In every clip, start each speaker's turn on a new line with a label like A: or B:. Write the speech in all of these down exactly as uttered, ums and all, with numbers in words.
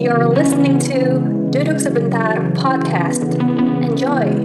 A: You're listening to Duduk Sebentar Podcast. Enjoy!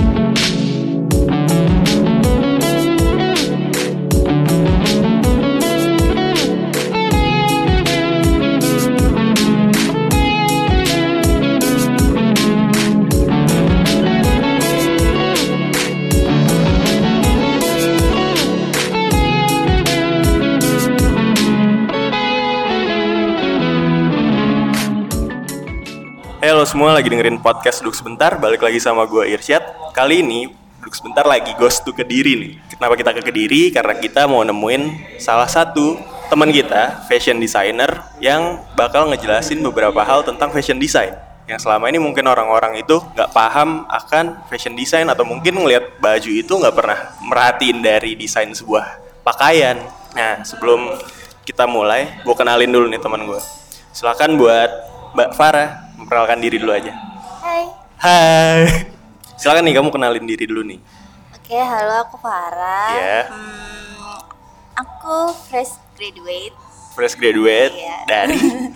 B: Halo semua, lagi dengerin podcast Duduk Sebentar. Balik lagi sama gue Irsyad. Kali ini Duduk Sebentar lagi ghost to Kediri nih. Kenapa kita ke Kediri? Karena kita mau nemuin salah satu teman kita, fashion designer, yang bakal ngejelasin beberapa hal tentang fashion design yang selama ini mungkin orang-orang itu gak paham akan fashion design, atau mungkin ngelihat baju itu gak pernah merhatiin dari desain sebuah pakaian. Nah, sebelum kita mulai, gue kenalin dulu nih teman gue. Silakan buat Mbak Farah memperkenalkan diri dulu aja.
C: Hai.
B: Hai. Silakan nih, kamu kenalin diri dulu nih.
C: Oke, halo, aku Farah.
B: Iya.
C: Hmm, aku fresh graduate.
B: Fresh graduate
C: Iya.
B: dari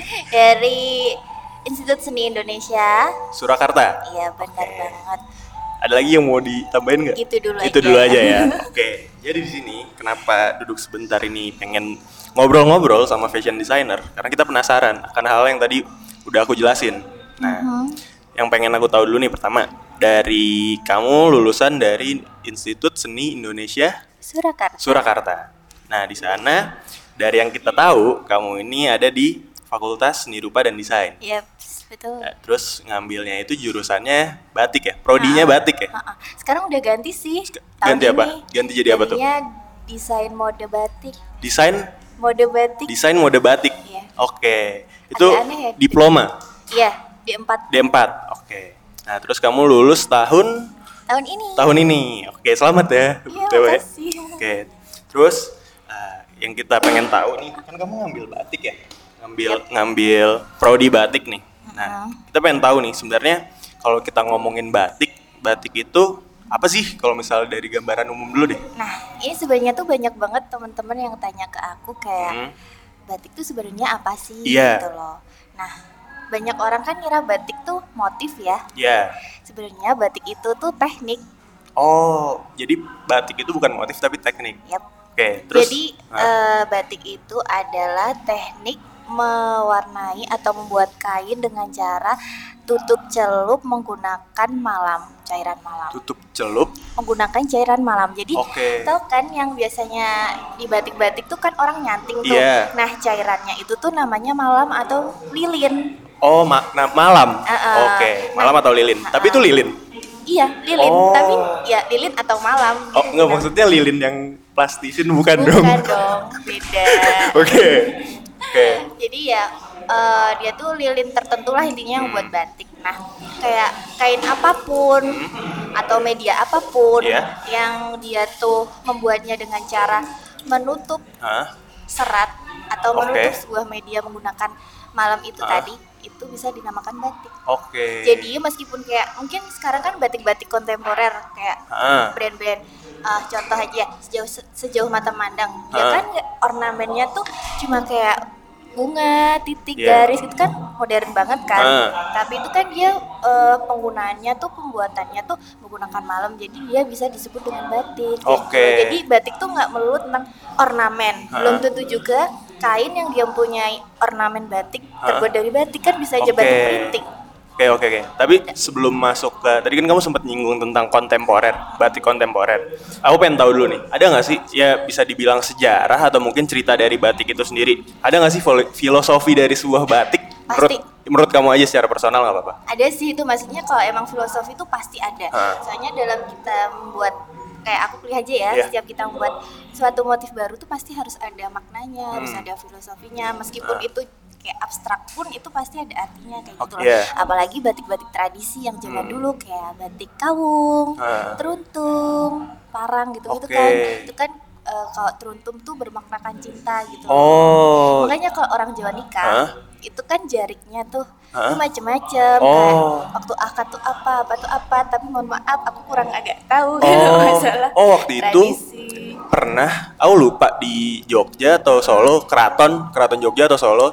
C: dari Institut Seni Indonesia.
B: Surakarta.
C: Iya, benar
B: Oke.
C: banget.
B: Ada lagi yang mau ditambahin nggak?
C: Itu dulu
B: Itu
C: aja.
B: dulu aja ya. Oke. Jadi di sini kenapa Duduk Sebentar ini pengen ngobrol-ngobrol sama fashion designer? Karena kita penasaran akan hal yang tadi udah aku jelasin. Nah,
C: Mhm.
B: yang pengen aku tahu dulu nih, pertama, dari kamu lulusan dari Institut Seni Indonesia
C: Surakarta.
B: Surakarta. Nah, di sana dari yang kita tahu, kamu ini ada di Fakultas Seni Rupa dan Desain.
C: Yap, betul.
B: Nah, terus ngambilnya itu jurusannya batik ya? Prodinya
C: Ah,
B: batik ya?
C: ah, ah. Sekarang udah ganti sih.
B: Ganti
C: Tahun
B: apa?
C: ini.
B: Ganti jadi apa tuh?
C: Jadinya desain mode batik.
B: Desain
C: Mode batik.
B: desain mode batik.
C: Iya.
B: Oke. Itu
C: Agak aneh ya.
B: diploma
C: Iya, di empat
B: D empat. Oke. Nah, terus kamu lulus tahun
C: tahun ini.
B: tahun ini. Oke, selamat ya.
C: Iya,
B: B T W.
C: makasih.
B: Oke. Terus uh, yang kita pengen tahu nih, kan kamu ngambil batik ya? Ngambil ngambil prodi batik nih. Nah,
C: Mhm.
B: kita pengen tahu nih sebenarnya kalau kita ngomongin batik, batik itu apa sih kalau misalnya dari gambaran umum dulu deh?
C: Nah, ini sebenarnya tuh banyak banget teman-teman yang tanya ke aku kayak
B: Hmm.
C: batik tuh sebenarnya apa sih
B: Iya.
C: gitu loh. Nah, banyak orang kan ngira batik tuh motif ya.
B: Ya.
C: Sebenarnya batik itu tuh teknik.
B: Oh, jadi batik itu bukan motif tapi teknik.
C: Yap.
B: Oke, terus
C: Jadi
B: Hah?
C: eh, batik itu adalah teknik mewarnai atau membuat kain dengan cara tutup celup menggunakan malam, cairan malam.
B: tutup celup.
C: Menggunakan cairan malam. Jadi
B: Oke.
C: tau kan yang biasanya di batik-batik tuh kan orang nyanting tuh.
B: Iya.
C: Nah, cairannya itu tuh namanya malam atau lilin.
B: Oh, ma- nah, malam.
C: Uh-uh.
B: Oke, malam
C: Nah,
B: atau lilin.
C: uh-uh.
B: Tapi itu lilin.
C: Iya, lilin.
B: Oh.
C: Tapi ya lilin atau malam.
B: Oh,
C: Gitu
B: enggak,
C: kan.
B: maksudnya lilin yang plastisin bukan,
C: Bukan
B: dong.
C: dong, beda.
B: Oke. Oke.
C: Jadi ya eh, dia tuh lilin tertentu lah intinya yang
B: Hmm.
C: buat batik. Nah, kayak kain apapun atau media apapun
B: Iya.
C: yang dia tuh membuatnya dengan cara menutup
B: Hah?
C: serat atau
B: Oke.
C: menutup sebuah media menggunakan malam itu
B: Ah.
C: tadi, itu bisa dinamakan batik.
B: Oke.
C: Jadi meskipun kayak mungkin sekarang kan batik-batik kontemporer kayak
B: Ah.
C: brand-brand eh, contoh aja sejauh sejauh mata mandang dia
B: Ah.
C: kan nggak- ornamennya tuh cuma kayak bunga, titik,
B: Iya.
C: garis itu kan modern banget kan.
B: Ah.
C: Tapi itu kan dia eh, penggunaannya tuh pembuatannya tuh menggunakan malam, jadi dia bisa disebut dengan batik. gitu.
B: Oke.
C: Jadi batik tuh nggak melulu tentang ornamen.
B: Ah.
C: Belum tentu juga kain yang dia mempunyai ornamen batik
B: Ah.
C: terbuat dari batik, kan bisa aja
B: Oke.
C: batik printing.
B: Oke, oke, oke. Tapi sebelum masuk ke, tadi kan kamu sempat nyinggung tentang kontemporer, batik kontemporer. Aku pengen tahu dulu nih, ada nggak sih, ya bisa dibilang sejarah atau mungkin cerita dari batik itu sendiri? Ada nggak sih filo- filosofi dari sebuah batik? Menurut,
C: Pasti.
B: menurut kamu aja secara personal nggak apa-apa?
C: Ada sih itu, maksudnya kalau emang filosofi itu pasti ada.
B: Ah.
C: Soalnya dalam kita membuat, kayak aku kuliah aja ya,
B: Iya.
C: setiap kita membuat suatu motif baru tuh pasti harus ada maknanya, harus
B: Hmm.
C: ada filosofinya, meskipun
B: Ah.
C: itu kayak abstrak pun itu pasti ada artinya kayak gitu
B: Oke,
C: loh.
B: iya.
C: Apalagi batik-batik tradisi yang zaman
B: Hmm.
C: dulu kayak batik kawung,
B: Ah.
C: teruntung, parang gitu gitu
B: Oke.
C: kan. Itu kan eh, kalau teruntum tuh bermaknakan cinta gitu.
B: Oh,
C: Makanya kalau orang Jawa nikah,
B: Hah?
C: itu kan jariknya tuh
B: Hah?
C: itu macem-macem.
B: Oh.
C: Kayak waktu akad tuh apa, apa tuh apa. Tapi mohon maaf, aku kurang agak tahu
B: Oh.
C: masalah
B: Oh, waktu itu
C: tradisi.
B: pernah, aku lupa di Jogja atau Solo, keraton, keraton Jogja atau Solo,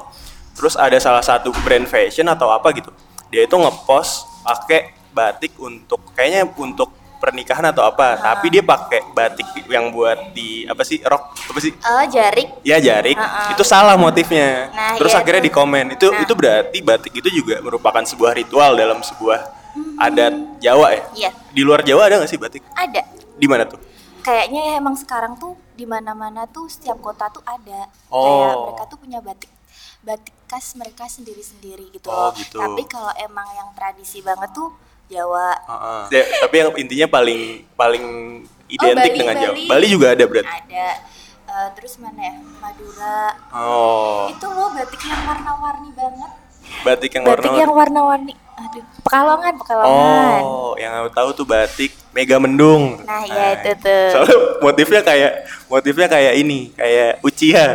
B: Terus ada salah satu brand fashion atau apa gitu, dia itu ngepost pakai batik untuk kayaknya untuk pernikahan atau apa, uh-huh. tapi dia pakai batik yang buat di apa sih rok apa sih?
C: Oh, jarik.
B: Ya jarik. Uh-uh. Itu salah motifnya. Nah, Terus iya, akhirnya itu. di komen itu nah. itu berarti batik itu juga merupakan sebuah ritual dalam sebuah hmm. adat Jawa ya?
C: Iya.
B: Di luar Jawa ada nggak sih batik?
C: Ada.
B: Di mana tuh?
C: Kayaknya ya emang sekarang tuh di mana-mana tuh setiap kota tuh ada.
B: Oh.
C: Kayak mereka tuh punya batik batik khas mereka sendiri-sendiri gitu
B: oh,
C: loh.
B: Gitu.
C: Tapi kalau emang yang tradisi banget tuh Jawa.
B: Uh-uh. Ya, tapi yang intinya paling paling identik oh, Bali, dengan Jawa.
C: Bali.
B: Bali juga ada berarti.
C: Ada. Uh, terus mana ya? Madura.
B: Oh.
C: Itu loh batik yang warna-warni banget.
B: Batik yang
C: batik
B: warna-warni.
C: yang warna-warni. Aduh, Pekalongan, Pekalongan.
B: Oh, yang aku tahu tuh batik Mega Mendung.
C: Nah, ya itu tuh.
B: Soalnya motifnya kayak motifnya kayak ini, kayak Uchiha.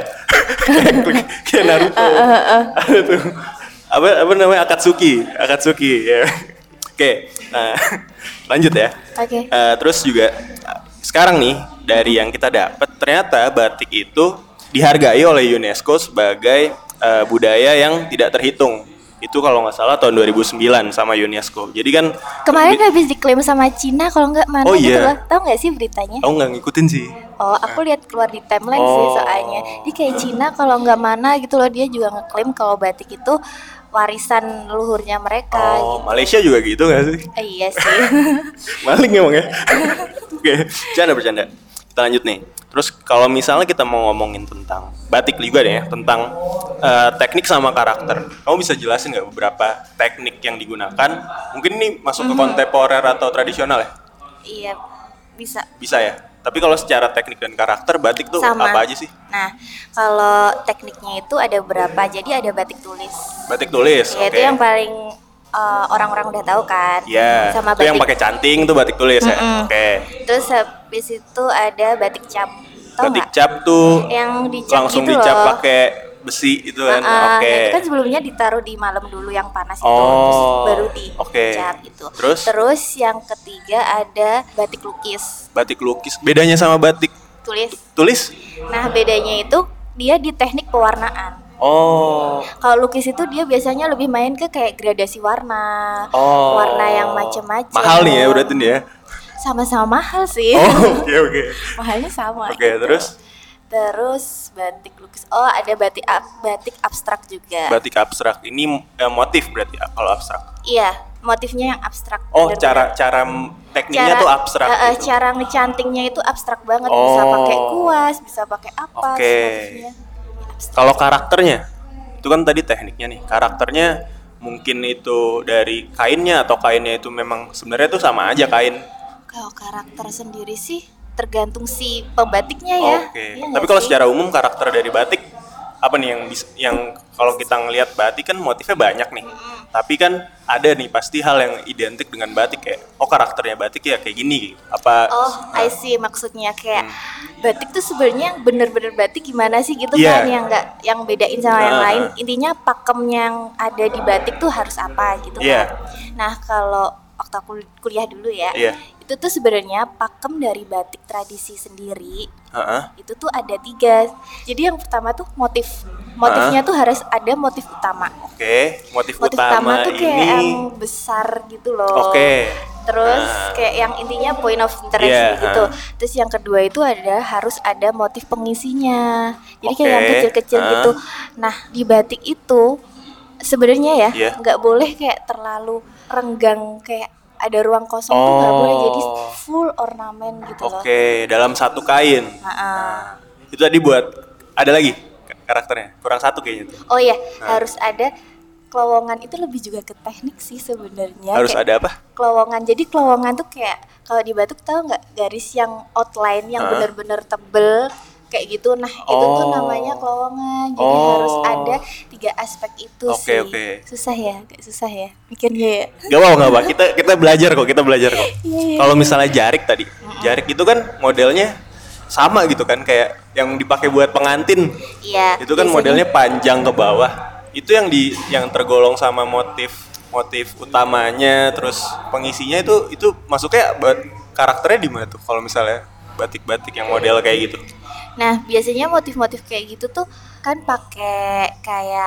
B: Kayak Naruto. Uh, uh, uh. Ada tuh. Apa apa namanya? Akatsuki, Akatsuki ya. Oke, nah, lanjut ya.
C: Oke. Okay.
B: Uh, terus juga sekarang nih dari yang kita dapat ternyata batik itu dihargai oleh UNESCO sebagai uh, budaya yang tidak terhitung. Itu kalau nggak salah tahun dua ribu sembilan sama UNESCO. Jadi kan
C: kemarin habis diklaim sama Cina kalau nggak mana
B: oh,
C: gitu
B: iya.
C: loh. Tahu nggak sih beritanya?
B: Aku nggak ngikutin sih.
C: Oh, aku lihat keluar di timeline oh. sih soalnya. Dia kayak Cina kalau nggak mana gitu loh, dia juga ngeklaim kalau batik itu warisan leluhurnya mereka.
B: Oh,
C: gitu.
B: Malaysia juga gitu nggak sih?
C: Eh, iya sih.
B: Maling emang ya. Oke, bercanda bercanda. Kita lanjut nih. Terus kalau misalnya kita mau ngomongin tentang batik juga deh ya, tentang uh, teknik sama karakter. Kamu bisa jelasin nggak beberapa teknik yang digunakan? Mungkin ini masuk mm-hmm. ke kontemporer atau tradisional ya?
C: Iya, bisa.
B: Bisa ya. Tapi kalau secara teknik dan karakter batik tuh
C: sama.
B: Apa aja sih?
C: Nah, kalau tekniknya itu ada berapa? Jadi ada batik tulis.
B: Batik tulis.
C: Ya,
B: okay.
C: Itu yang paling uh, orang-orang udah tahu kan.
B: Iya.
C: Sama
B: itu
C: batik.
B: yang pakai canting tuh batik tulis mm-hmm. ya. Oke. Okay.
C: Terus habis itu ada batik cap. Tau
B: batik
C: gak?
B: cap tuh
C: yang dicap
B: langsung
C: gitu
B: dicap
C: loh.
B: pakai besi itu kan.
C: Uh-uh.
B: Oke. Okay.
C: Itu kan sebelumnya ditaruh di malam dulu yang panas
B: oh.
C: itu, terus baru dicap
B: okay.
C: itu.
B: Terus?
C: Terus yang ketiga ada batik lukis.
B: Batik lukis. Bedanya sama batik
C: tulis?
B: Tulis?
C: Nah, bedanya itu dia di teknik pewarnaan.
B: Oh.
C: Kalau lukis itu dia biasanya lebih main ke kayak gradasi warna.
B: Oh.
C: Warna yang macam-macam.
B: Mahal nih ya berarti nih ya.
C: Sama-sama mahal sih.
B: Oh, oke okay, oke. Okay.
C: Mahalnya sama.
B: Oke, okay,
C: gitu.
B: terus?
C: Terus batik lukis. Oh, ada batik batik abstrak juga.
B: Batik abstrak. Ini eh, motif berarti kalau abstrak.
C: Iya, motifnya yang abstrak.
B: Oh, bener-bener. cara cara tekniknya cara, tuh abstrak.
C: Uh,
B: gitu.
C: Cara ngecantingnya itu abstrak banget.
B: Oh.
C: Bisa pakai kuas, bisa pakai apa.
B: Oke. Okay. Kalau karakternya, itu kan tadi tekniknya nih. Karakternya mungkin itu dari kainnya atau kainnya itu memang sebenarnya tuh sama aja kain.
C: Kalau karakter sendiri sih tergantung si pembatiknya ya.
B: Oke. Okay.
C: Ya
B: tapi kalau secara umum karakter dari batik apa nih yang yang kalau kita ngelihat batik kan motifnya banyak nih. Hmm. Tapi kan ada nih pasti hal yang identik dengan batik kayak oh karakternya batik ya kayak gini gitu. Apa
C: Oh, nah. I see maksudnya kayak hmm. batik tuh sebenarnya yang bener-bener batik gimana sih gitu
B: yeah.
C: kan yang enggak yang bedain sama
B: nah.
C: yang lain. Intinya pakemnya yang ada di batik tuh harus apa gitu
B: yeah.
C: kan. Nah, kalau waktu aku kuliah dulu ya.
B: Yeah.
C: Itu tuh sebenarnya pakem dari batik tradisi sendiri.
B: Uh-huh.
C: Itu tuh ada tiga. Jadi yang pertama tuh motif. Motifnya uh-huh. tuh harus ada motif utama.
B: Oke, okay. motif,
C: motif
B: utama,
C: utama tuh kayak
B: ini...
C: yang besar gitu loh.
B: Oke. Okay.
C: Terus uh. kayak yang intinya point of interest yeah, gitu. Uh. Terus yang kedua itu ada harus ada motif pengisinya. Jadi okay. kayak yang kecil-kecil uh. gitu. Nah, di batik itu sebenarnya ya nggak yeah. boleh kayak terlalu renggang kayak ada ruang kosong oh. tuh nggak boleh jadi full ornamen gitu
B: okay.
C: loh.
B: Oke, dalam satu kain.
C: Nah,
B: nah, itu tadi buat ada lagi karakternya kurang satu kayaknya tuh.
C: Oh iya,
B: nah.
C: harus ada kelowongan itu lebih juga ke teknik sih sebenarnya.
B: Harus
C: kayak
B: ada apa?
C: Kelowongan. Jadi kelowongan tuh kayak kalau di batik tahu nggak garis yang outline yang huh? benar-benar tebel kayak gitu. Nah, itu
B: oh.
C: tuh namanya kelowongan. Jadi
B: oh.
C: harus ada tiga aspek itu
B: okay,
C: sih.
B: Okay.
C: Susah ya, gak susah ya mikirnya ya.
B: Gak apa gak apa. Kita kita belajar kok, kita belajar kok.
C: yeah, yeah.
B: Kalau misalnya jarik tadi, mm-hmm. jarik itu kan modelnya sama gitu kan kayak yang dipakai buat pengantin.
C: Iya.
B: Itu kan biasanya modelnya panjang ke bawah. Itu yang di yang tergolong sama motif motif utamanya, terus pengisinya itu itu masuknya karakternya di mana tuh kalau misalnya batik-batik yang model kayak gitu?
C: Nah, biasanya motif-motif kayak gitu tuh kan pakai kayak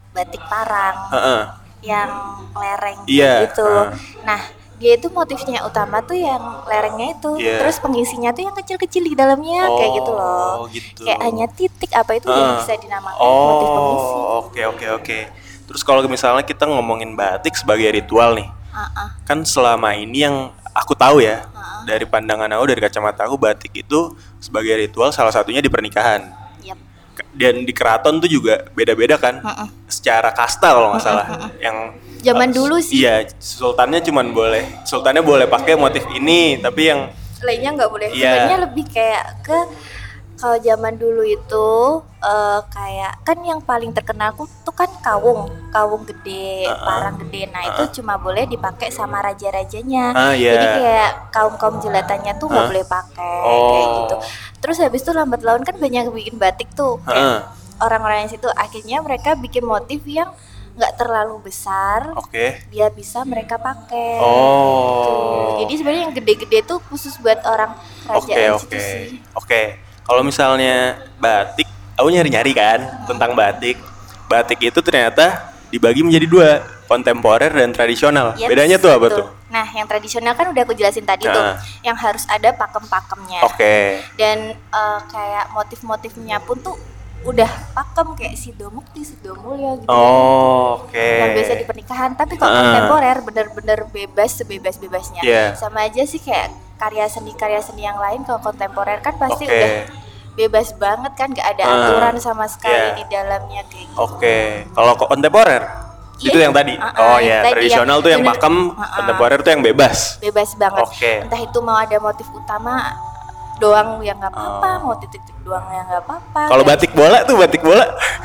C: batik parang
B: Uh-uh.
C: yang lereng
B: Iya,
C: gitu.
B: uh.
C: Nah, dia itu motifnya utama tuh yang lerengnya itu,
B: Yeah.
C: terus pengisinya tuh yang kecil-kecil di dalamnya
B: Oh,
C: kayak gitu loh.
B: gitu.
C: Kayak hanya titik apa itu
B: Uh.
C: yang bisa dinamakan motif pengisi.
B: Oh, oke oke oke. Terus kalau misalnya kita ngomongin batik sebagai ritual nih,
C: Uh-uh.
B: kan selama ini yang aku tahu ya,
C: Uh-uh.
B: dari pandangan aku, dari kacamata aku, batik itu sebagai ritual salah satunya di pernikahan.
C: Yap.
B: Dan di keraton tuh juga beda-beda kan,
C: Uh-uh.
B: secara kasta kalau nggak salah. Yang
C: Zaman
B: uh,
C: dulu sih.
B: Iya, sultannya cuman boleh, sultannya boleh pakai motif ini, tapi yang
C: Lainnya nggak boleh.
B: Iya.
C: Sebenarnya lebih kayak ke kalau zaman dulu itu eh, kayak kan yang paling terkenal tuh kan kawung, kawung gede,
B: Uh-uh.
C: parang gede. Nah
B: Uh-uh.
C: itu cuma boleh dipakai sama raja-rajanya.
B: Ah, iya.
C: Jadi kayak kaum kaum jelatannya tuh nggak
B: Huh?
C: boleh pakai
B: Oh.
C: kayak gitu. Terus habis itu lambat laun kan banyak bikin batik tuh. Kayak
B: Heeh.
C: orang-orang yang situ akhirnya mereka bikin motif yang nggak terlalu besar.
B: Oke.
C: Biar bisa mereka pakai.
B: Oh.
C: Gitu. Jadi sebenarnya yang gede-gede tuh khusus buat orang
B: Oke
C: kerajaan
B: oke
C: situ sih.
B: oke. Kalau misalnya batik, aku nyari-nyari kan tentang batik. Batik itu ternyata dibagi menjadi dua, kontemporer dan tradisional.
C: Yes,
B: Bedanya tuh apa
C: betul.
B: tuh?
C: Nah, yang tradisional kan udah aku jelasin tadi tuh,
B: Nah.
C: yang harus ada pakem-pakemnya.
B: Oke.
C: Dan eh, kayak motif-motifnya pun tuh udah pakem kayak si Domukti, si Domulyo gitu.
B: Oh, oke.
C: Yang biasa di pernikahan, tapi kalau
B: Ah.
C: kontemporer bener-bener bebas sebebas-bebasnya.
B: Iya.
C: Sama aja sih kayak karya seni-karya seni yang lain. Kalau kontemporer kan pasti
B: Oke.
C: udah bebas banget kan, nggak ada
B: Ah.
C: aturan sama sekali
B: Iya.
C: di dalamnya kayak gitu.
B: Oke. Kalau kok kontemporer?
C: Iya,
B: Itu yang tadi.
C: uh-uh,
B: Oh
C: yang
B: ya,
C: tadi
B: tradisional
C: yang
B: tuh yang
C: bener-
B: pakem,
C: uh-uh.
B: kontemporer tuh yang bebas.
C: Bebas banget.
B: Oke.
C: Entah itu mau ada motif utama doang yang nggak apa-apa,
B: Oh.
C: mau titik-titik doang yang nggak apa-apa.
B: Kalau
C: Kayak-
B: batik bola tuh batik bola.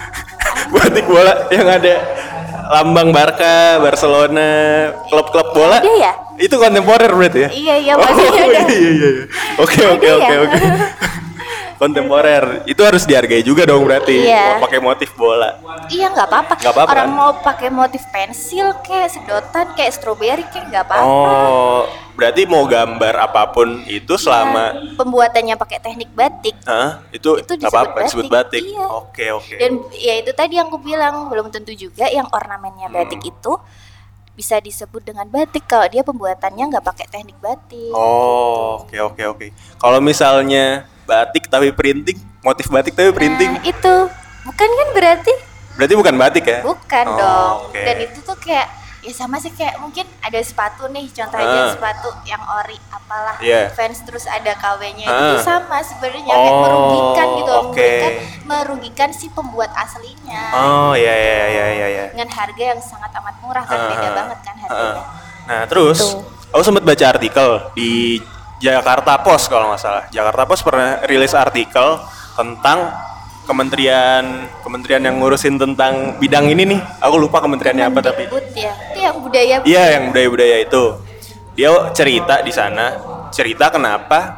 B: Batik bola yang ada lambang Barca, Barcelona, klub-klub bola.
C: Ada ya?
B: Itu kontemporer berarti ya?
C: Iya iya
B: Oh,
C: maksudnya
B: iya,
C: udah.
B: iya, iya. Oke,
C: Ada
B: oke,
C: ya?
B: oke, oke. Kontemporer. Itu harus dihargai juga dong berarti.
C: Iya.
B: Mau pakai motif bola.
C: Iya nggak apa-apa.
B: Nggak apa-apa,
C: Orang
B: kan?
C: mau pakai motif pensil kayak sedotan kayak stroberi kayak nggak apa-apa.
B: Oh, berarti mau gambar apapun itu selama
C: Nah, pembuatannya pakai teknik batik.
B: Hah? Itu
C: Itu
B: nggak
C: disebut
B: apa-apa, disebut
C: batik.
B: batik.
C: Iya.
B: Oke, oke.
C: Dan ya itu tadi yang aku bilang, belum tentu juga yang ornamennya
B: Hmm.
C: batik itu bisa disebut dengan batik kalau dia pembuatannya nggak pakai teknik batik.
B: Oh, oke, oke, oke. Kalau misalnya batik tapi printing, motif batik tapi printing,
C: Nah, itu bukan kan berarti
B: berarti bukan batik ya?
C: bukan
B: Oh,
C: dong.
B: oke.
C: Dan itu tuh kayak ya sama sih kayak mungkin ada sepatu nih, contoh
B: Ah.
C: aja sepatu yang ori apalah
B: Iya.
C: fans terus ada K W-nya
B: Ah.
C: itu sama sebenarnya kayak
B: Oh,
C: merugikan gitu,
B: oke.
C: merugikan merugikan si pembuat aslinya.
B: Oh, iya, iya, iya, iya, iya.
C: Dengan harga yang sangat amat murah kan,
B: Ah.
C: beda banget kan harganya.
B: Nah, terus
C: Gitu.
B: aku sempat baca artikel di Jakarta Post kalau nggak salah. Jakarta Post pernah rilis artikel tentang kementerian kementerian yang ngurusin tentang bidang ini nih. Aku lupa kementeriannya apa tapi.
C: Kemendikbud ya, itu yang budaya.
B: Iya, yang budaya-budaya itu. Dia cerita di sana, cerita kenapa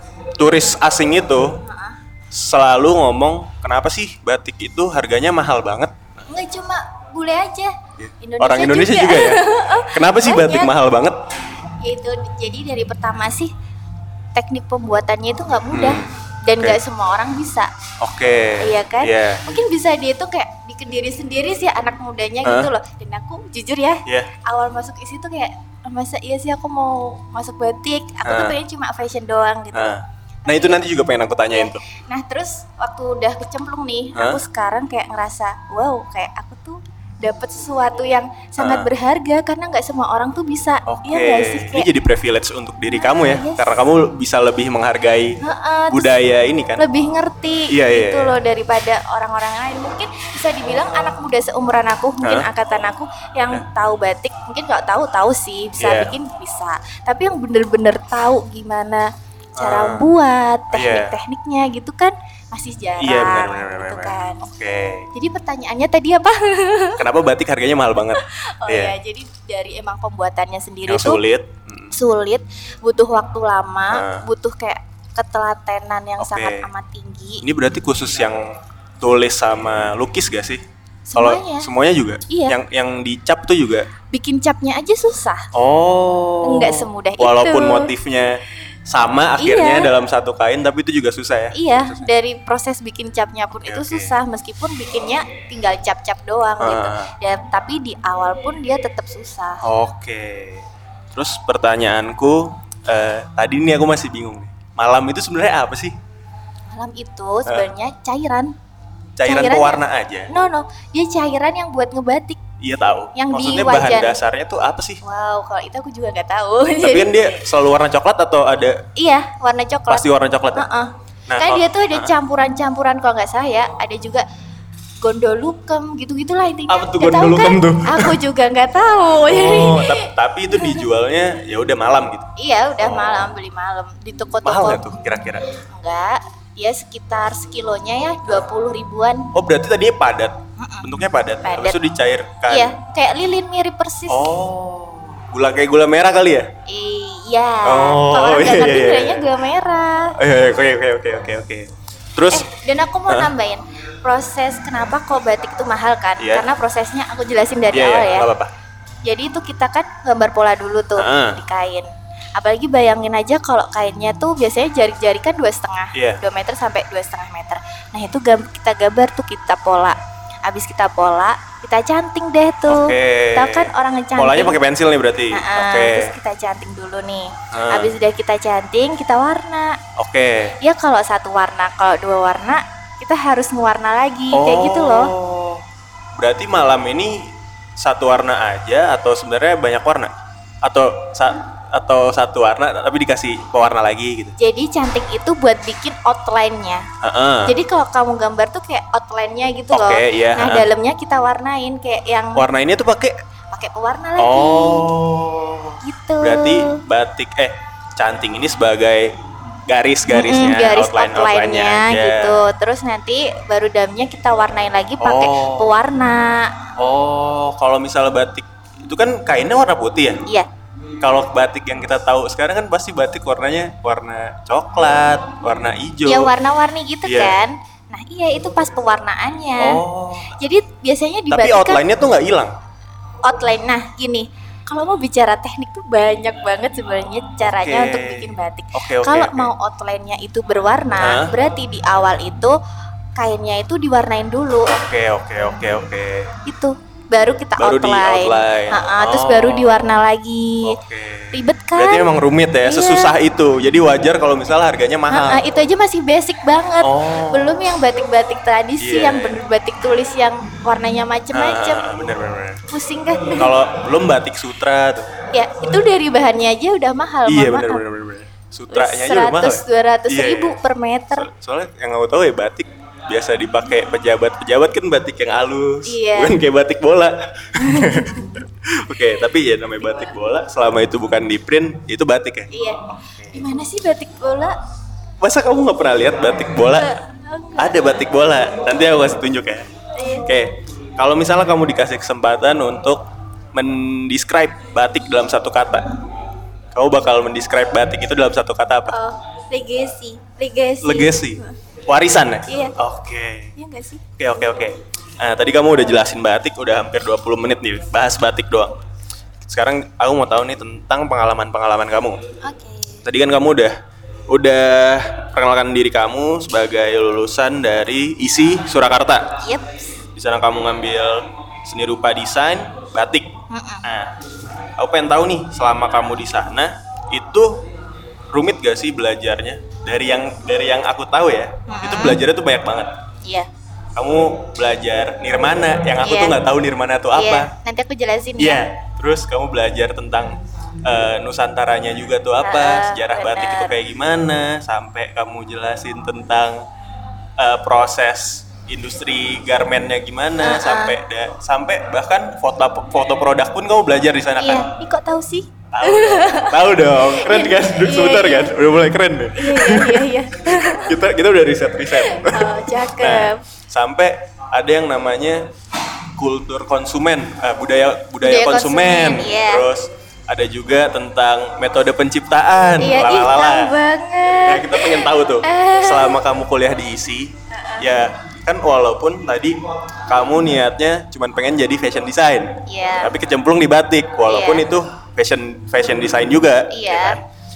B: turis asing itu selalu ngomong kenapa sih batik itu harganya mahal banget.
C: Nggak cuma bule aja, Indonesia
B: Orang Indonesia juga, ya. Kenapa sih batik
C: Banyak.
B: mahal banget?
C: Itu jadi dari pertama sih teknik pembuatannya itu nggak mudah dan
B: oke.
C: nggak semua orang bisa.
B: Oke.
C: Iya kan?
B: Iya.
C: Mungkin bisa dia itu kayak bikin diri sendiri sih anak mudanya
B: Hah?
C: gitu loh. Dan aku jujur ya,
B: Iya.
C: awal masuk isi tuh kayak masa iya sih aku mau masuk batik. Aku tuh
B: Hah?
C: pengen cuma fashion doang gitu.
B: Nah, nah itu nanti juga pengen aku tanyain tuh.
C: Nah terus waktu udah kecemplung nih,
B: Hah?
C: aku sekarang kayak ngerasa wow kayak aku tuh dapat sesuatu yang sangat
B: Hah?
C: berharga karena nggak semua orang tuh bisa.
B: Oke.
C: Iya nggak sih
B: Ini
C: kayak
B: jadi privilege untuk diri
C: Nah,
B: kamu ya,
C: yes.
B: karena kamu bisa lebih menghargai
C: Heeh, terus
B: budaya ini kan.
C: lebih ngerti
B: Iya, iya,
C: gitu
B: iya.
C: loh daripada orang-orang lain. Mungkin bisa dibilang anak muda seumuran aku, mungkin
B: Hah?
C: angkatan aku yang
B: Hah?
C: tahu batik, mungkin nggak tahu tahu sih bisa
B: Iya.
C: bikin bisa. Tapi yang bener-bener tahu gimana cara
B: Ah.
C: buat
B: Iya.
C: teknik-tekniknya gitu kan masih jarang
B: Iya benar benar benar.
C: gitu
B: benar.
C: kan.
B: Oke.
C: Jadi pertanyaannya tadi apa?
B: Kenapa batik harganya mahal banget?
C: Oh
B: Iya.
C: ya, jadi dari emang pembuatannya sendiri
B: Yang
C: tuh
B: sulit. Hmm.
C: sulit, butuh waktu lama,
B: Ah.
C: butuh kayak ketelatenan yang
B: Oke.
C: sangat amat tinggi.
B: Ini berarti khusus yang tulis sama lukis gak sih? Kalau
C: Semuanya.
B: semuanya juga?
C: Iya.
B: Yang yang dicap tuh juga?
C: Bikin capnya aja susah.
B: Oh.
C: Nggak semudah itu.
B: Walaupun motifnya sama akhirnya
C: Iya.
B: dalam satu kain, tapi itu juga susah ya.
C: Iya,
B: Susah.
C: dari proses bikin capnya pun
B: Oke,
C: itu
B: oke.
C: susah, meskipun bikinnya tinggal cap-cap doang gitu.
B: Ah.
C: Ya, tapi di awal pun dia tetap susah.
B: Oke. Terus pertanyaanku, eh, tadi nih aku masih bingung nih. Malam itu sebenarnya apa sih?
C: Malam itu sebenarnya cairan.
B: Cairan
C: Cairan
B: pewarna aja.
C: No, no, dia cairan yang buat ngebatik.
B: Iya tahu.
C: Yang di
B: Maksudnya bahan
C: wajan.
B: dasarnya tuh apa sih?
C: Wow, kalau itu aku juga nggak tahu.
B: Tapi kan dia selalu warna coklat atau ada
C: Iya, warna coklat.
B: pasti warna coklat ya?
C: Heeh.
B: Nah,
C: kan
B: kalau-
C: dia tuh ada
B: Heeh.
C: campuran-campuran, kalau nggak salah ya, ada juga gondolukem gitu-gitulah intinya.
B: Apa tuh
C: Nggak tahu
B: gondolukem
C: kan?
B: tuh?
C: Aku juga nggak tahu.
B: Oh, tapi, tapi itu dijualnya ya udah malam gitu.
C: Iya, udah
B: Oh.
C: malam, beli malam di toko-toko.
B: Mahal nggak tuh kira-kira?
C: Enggak, dia sekitar sekilonya ya dua puluh ribuan.
B: Oh, berarti tadinya padat. Bentuknya padat.
C: Padat.
B: Habis itu dicairkan.
C: Iya, kayak lilin mirip persis.
B: Oh. Gula kayak gula merah kali ya?
C: Iya.
B: Oh,
C: Kalau orang
B: iya,
C: nggak ngerti
B: iya, iya.
C: bilangnya gula merah.
B: Oh, iya, iya, oke oke oke oke oke. Terus
C: Eh, dan aku mau
B: Hah?
C: nambahin proses kenapa kok batik itu mahal kan?
B: Iya.
C: Karena prosesnya aku jelasin dari
B: iya
C: awal
B: ya,
C: ya.
B: nggak apa-apa.
C: Jadi itu kita kan gambar pola dulu tuh
B: Heeh.
C: di kain. Apalagi bayangin aja kalau kainnya tuh biasanya jari-jari kan dua setengah,
B: Iya.
C: dua meter sampai dua setengah meter. Nah itu gam- kita gambar tuh kita pola. Abis kita pola, kita canting deh tuh.
B: Oke.
C: Kita kan orang ngecanting.
B: Polanya pakai pensil nih berarti.
C: Nah,
B: Oke.
C: Terus kita canting dulu nih.
B: Ah.
C: Abis udah kita canting, kita warna.
B: Oke.
C: Ya kalau satu warna, kalau dua warna, kita harus ngewarna lagi kayak gitu loh.
B: Oh. Berarti malam ini satu warna aja atau sebenarnya banyak warna? Atau sa- atau satu warna tapi dikasih pewarna lagi gitu.
C: Jadi canting itu buat bikin outline-nya.
B: Heeh.
C: Jadi kalau kamu gambar tuh kayak outline-nya gitu loh.
B: Oke, iya,
C: Nah,
B: ha.
C: dalamnya kita warnain kayak yang
B: Warna ini tuh pakai
C: pakai pewarna lagi.
B: Oh.
C: Gitu.
B: Berarti batik eh canting ini sebagai garis-garisnya,
C: Mm, garis
B: outline
C: outline-nya
B: aja.
C: gitu. Terus nanti baru dalamnya kita warnain lagi pakai
B: Oh.
C: pewarna.
B: Oh, kalau misalnya batik itu kan kainnya warna putih ya?
C: Iya.
B: Kalau batik yang kita tahu sekarang kan pasti batik warnanya warna coklat, warna hijau.
C: Ya warna-warni gitu
B: Iya.
C: kan. Nah, iya itu pas pewarnaannya.
B: Oh.
C: Jadi biasanya di
B: Tapi
C: batik kan
B: outline-nya tuh nggak hilang.
C: outline. Nah, gini. Kalau mau bicara teknik tuh banyak banget sebenarnya caranya
B: Oke.
C: untuk bikin batik.
B: Oke, oke,
C: Kalau
B: oke.
C: mau outline-nya itu berwarna,
B: Hah?
C: berarti di awal itu kainnya itu diwarnain dulu.
B: Oke, oke, oke, oke.
C: Itu baru kita
B: Baru di
C: outline.
B: outline.
C: Ha-ha, terus
B: Oh.
C: baru diwarna lagi.
B: Oke.
C: Ribet kan?
B: Berarti memang rumit ya,
C: Iya.
B: sesusah itu. Jadi wajar kalau misalnya harganya mahal.
C: Ha-ha, itu aja masih basic banget.
B: Oh.
C: Belum yang batik-batik tradisi,
B: Iya.
C: yang bener batik tulis yang warnanya macem-macem.
B: Ah, bener, bener, bener.
C: Pusing kan?
B: Kalau belum batik sutra tuh.
C: Ya, itu dari bahannya aja udah mahal.
B: Iya,
C: mohon
B: bener,
C: maaf.
B: bener, bener, bener. Sutranya aja udah mahal.
C: seratus dua ratus
B: Iya,
C: ribu
B: iya.
C: per meter.
B: So- soalnya yang aku tahu ya batik biasa dipakai pejabat-pejabat kan batik yang halus,
C: Iya.
B: bukan kayak batik bola. Oke, tapi ya namanya batik bola selama itu bukan di print itu batik ya.
C: Iya. Di mana sih batik bola?
B: Masa kamu nggak pernah lihat batik bola?
C: Enggak.
B: Ada batik bola. Nanti aku kasih tunjuk ya.
C: Iya.
B: Oke, kalau misalnya kamu dikasih kesempatan untuk mendescribe batik dalam satu kata, kamu bakal mendescribe batik itu dalam satu kata apa?
C: Oh, legacy. Legacy.
B: Legacy, warisan ya?
C: Iya.
B: Oke.
C: Iya enggak sih?
B: Oke oke oke. Nah, tadi kamu udah jelasin batik, udah hampir dua puluh menit nih bahas batik doang. Sekarang aku mau tahu nih tentang pengalaman-pengalaman kamu.
C: Oke.
B: Tadi kan kamu udah udah perkenalkan diri kamu sebagai lulusan dari I S I Surakarta.
C: Yep.
B: Di sana kamu ngambil seni rupa desain batik.
C: Mm-mm.
B: Nah, aku pengen tahu nih selama kamu di sana itu rumit gak sih belajarnya? Dari yang dari yang aku tahu ya, itu belajarnya tuh banyak banget.
C: Iya.
B: Kamu belajar nirmana, yang aku
C: Iya.
B: tuh nggak tahu nirmana itu
C: Iya.
B: apa.
C: Nanti aku jelasin
B: Iya.
C: ya.
B: Terus kamu belajar tentang eh, Nusantaranya juga tuh apa,
C: Ah,
B: sejarah batik
C: benar.
B: itu kayak gimana, sampai kamu jelasin tentang eh, proses industri garmennya gimana,
C: Ah, ah.
B: sampai da- sampai bahkan foto foto produk pun kamu belajar di sana kan?
C: Iya. Ih, kok tahu sih?
B: Tahu dong, tahu dong, keren kan?
C: Iya,
B: Sebentar
C: iya.
B: kan, udah mulai keren deh.
C: Iya, iya, iya, iya.
B: kita kita udah riset riset.
C: Oh, cakep.
B: sampai ada yang namanya kultur konsumen, eh, budaya, budaya
C: Budaya
B: konsumen,
C: konsumen, iya.
B: terus ada juga tentang metode penciptaan,
C: Iya, ih,
B: lalalala.
C: tahu banget.
B: Nah, kita pengen tahu tuh,
C: Eh.
B: selama kamu kuliah di I S I, ya kan walaupun tadi kamu niatnya cuma pengen jadi fashion design,
C: Iya.
B: tapi kecemplung di batik, walaupun
C: Iya.
B: itu fashion fashion design juga,
C: Iya.
B: ya kan?